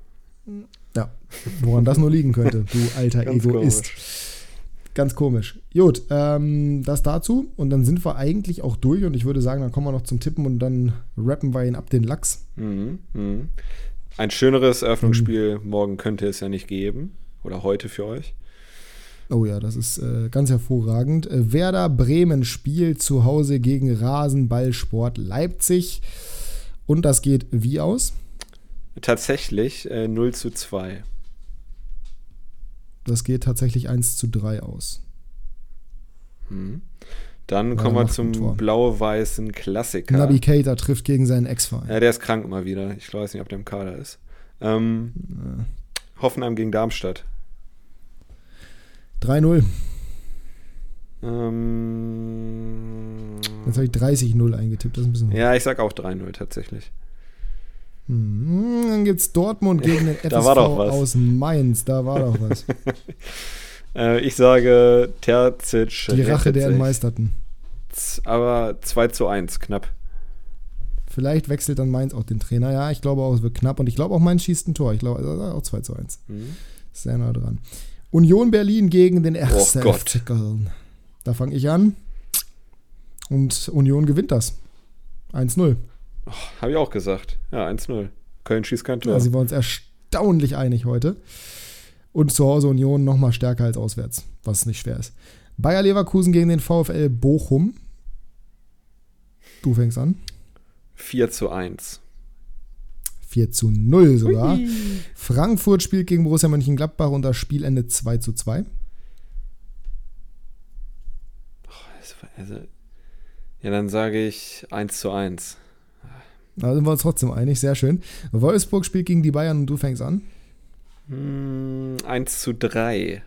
Ja, woran das nur liegen könnte, du alter Ganz Egoist. komisch. Ganz komisch. Gut, ähm, das dazu. Und dann sind wir eigentlich auch durch. Und ich würde sagen, dann kommen wir noch zum Tippen und dann rappen wir ihn ab den Lachs. Mhm, mhm. Ein schöneres Eröffnungsspiel mhm. morgen könnte es ja nicht geben. Oder heute für euch. Oh ja, das ist äh, ganz hervorragend. Äh, Werder Bremen spielt zu Hause gegen Rasenballsport Leipzig. Und das geht wie aus? Tatsächlich äh, null zu zwei. Das geht tatsächlich eins zu drei aus. Hm. Dann Ja, kommen wir macht zum ein Tor. blau-weißen Klassiker. Naby Keita trifft gegen seinen Ex-Verein. Ja, der ist krank mal wieder. Ich weiß nicht, ob der im Kader ist. Ähm, Ja. Hoffenheim gegen Darmstadt. drei null. Ähm, Jetzt habe ich dreißig null eingetippt. Das ist ein bisschen. ja, ich sag auch drei null tatsächlich. Hm, dann gibt's Dortmund gegen den F S V Da war doch was. aus Mainz. Da war doch was. Äh, ich sage Terzic. Die Rache rettet der sich. Entmeisterten. Z- Aber zwei zu eins, knapp. Vielleicht wechselt dann Mainz auch den Trainer. Ja, ich glaube auch, es wird knapp. Und ich glaube auch, Mainz schießt ein Tor. Ich glaube also auch zwei zu eins. Mhm. Sehr nah dran. Union Berlin gegen den ersten Gott. F C Köln. Da fange ich an. Und Union gewinnt das. eins null. Oh, habe ich auch gesagt. Ja, eins null. Köln schießt kein Tor. Ja, sie waren uns erstaunlich einig heute. Und zu Hause Union noch mal stärker als auswärts, was nicht schwer ist. Bayer Leverkusen gegen den VfL Bochum. Du fängst an. vier zu eins. vier zu null sogar. Hui. Frankfurt spielt gegen Borussia Mönchengladbach und das Spiel endet zwei zu zwei. Also, ja, dann sage ich eins zu eins. Da sind wir uns trotzdem einig, sehr schön. Wolfsburg spielt gegen die Bayern und du fängst an. Hm, eins zu drei.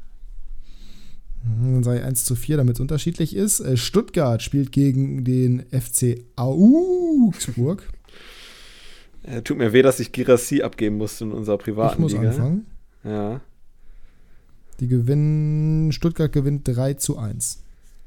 Dann sage ich eins zu vier, damit es unterschiedlich ist. Äh, Stuttgart spielt gegen den F C Augsburg. Äh, tut mir weh, dass ich Girassi abgeben musste in unserer privaten Ich muss Liga. anfangen. Ja. Die gewinnen, Stuttgart gewinnt drei zu eins.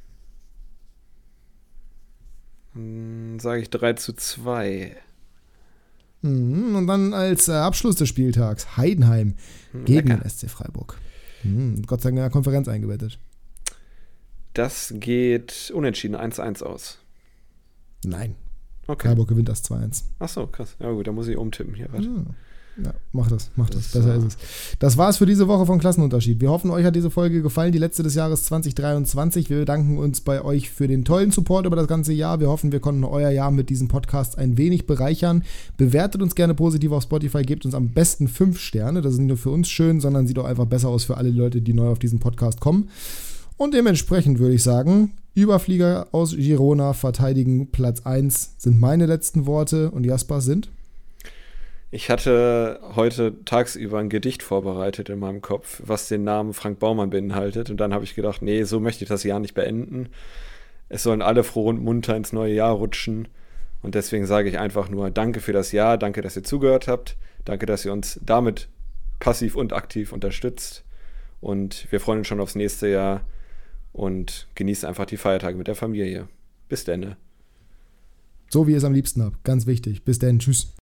Dann sage ich drei zu zwei. Mhm, und dann als äh, Abschluss des Spieltags Heidenheim Hm, gegen lecker. den S C Freiburg. Mhm, Gott sei Dank in der Konferenz eingebettet. Das geht unentschieden eins zu eins aus. Nein, Okay. Freiburg gewinnt das zwei eins. Ach so, krass. Ja gut, da muss ich umtippen hier. Warte. Ja. Ja, mach das, mach das, So. besser ist es. Das war's für diese Woche von Klassenunterschied. Wir hoffen, euch hat diese Folge gefallen, die letzte des Jahres zwanzig dreiundzwanzig. Wir bedanken uns bei euch für den tollen Support über das ganze Jahr. Wir hoffen, wir konnten euer Jahr mit diesem Podcast ein wenig bereichern. Bewertet uns gerne positiv auf Spotify, gebt uns am besten fünf Sterne. Das ist nicht nur für uns schön, sondern sieht auch einfach besser aus für alle Leute, die neu auf diesen Podcast kommen. Und dementsprechend würde ich sagen, Überflieger aus Girona verteidigen Platz eins sind meine letzten Worte und Jasper sind... Ich hatte heute tagsüber ein Gedicht vorbereitet in meinem Kopf, was den Namen Frank Baumann beinhaltet. Und dann habe ich gedacht, nee, so möchte ich das Jahr nicht beenden. Es sollen alle froh und munter ins neue Jahr rutschen. Und deswegen sage ich einfach nur danke für das Jahr, danke, dass ihr zugehört habt. Danke, dass ihr uns damit passiv und aktiv unterstützt. Und wir freuen uns schon aufs nächste Jahr und genießt einfach die Feiertage mit der Familie. Bis dann. So wie ihr es am liebsten habt. Ganz wichtig. Bis dann. Tschüss.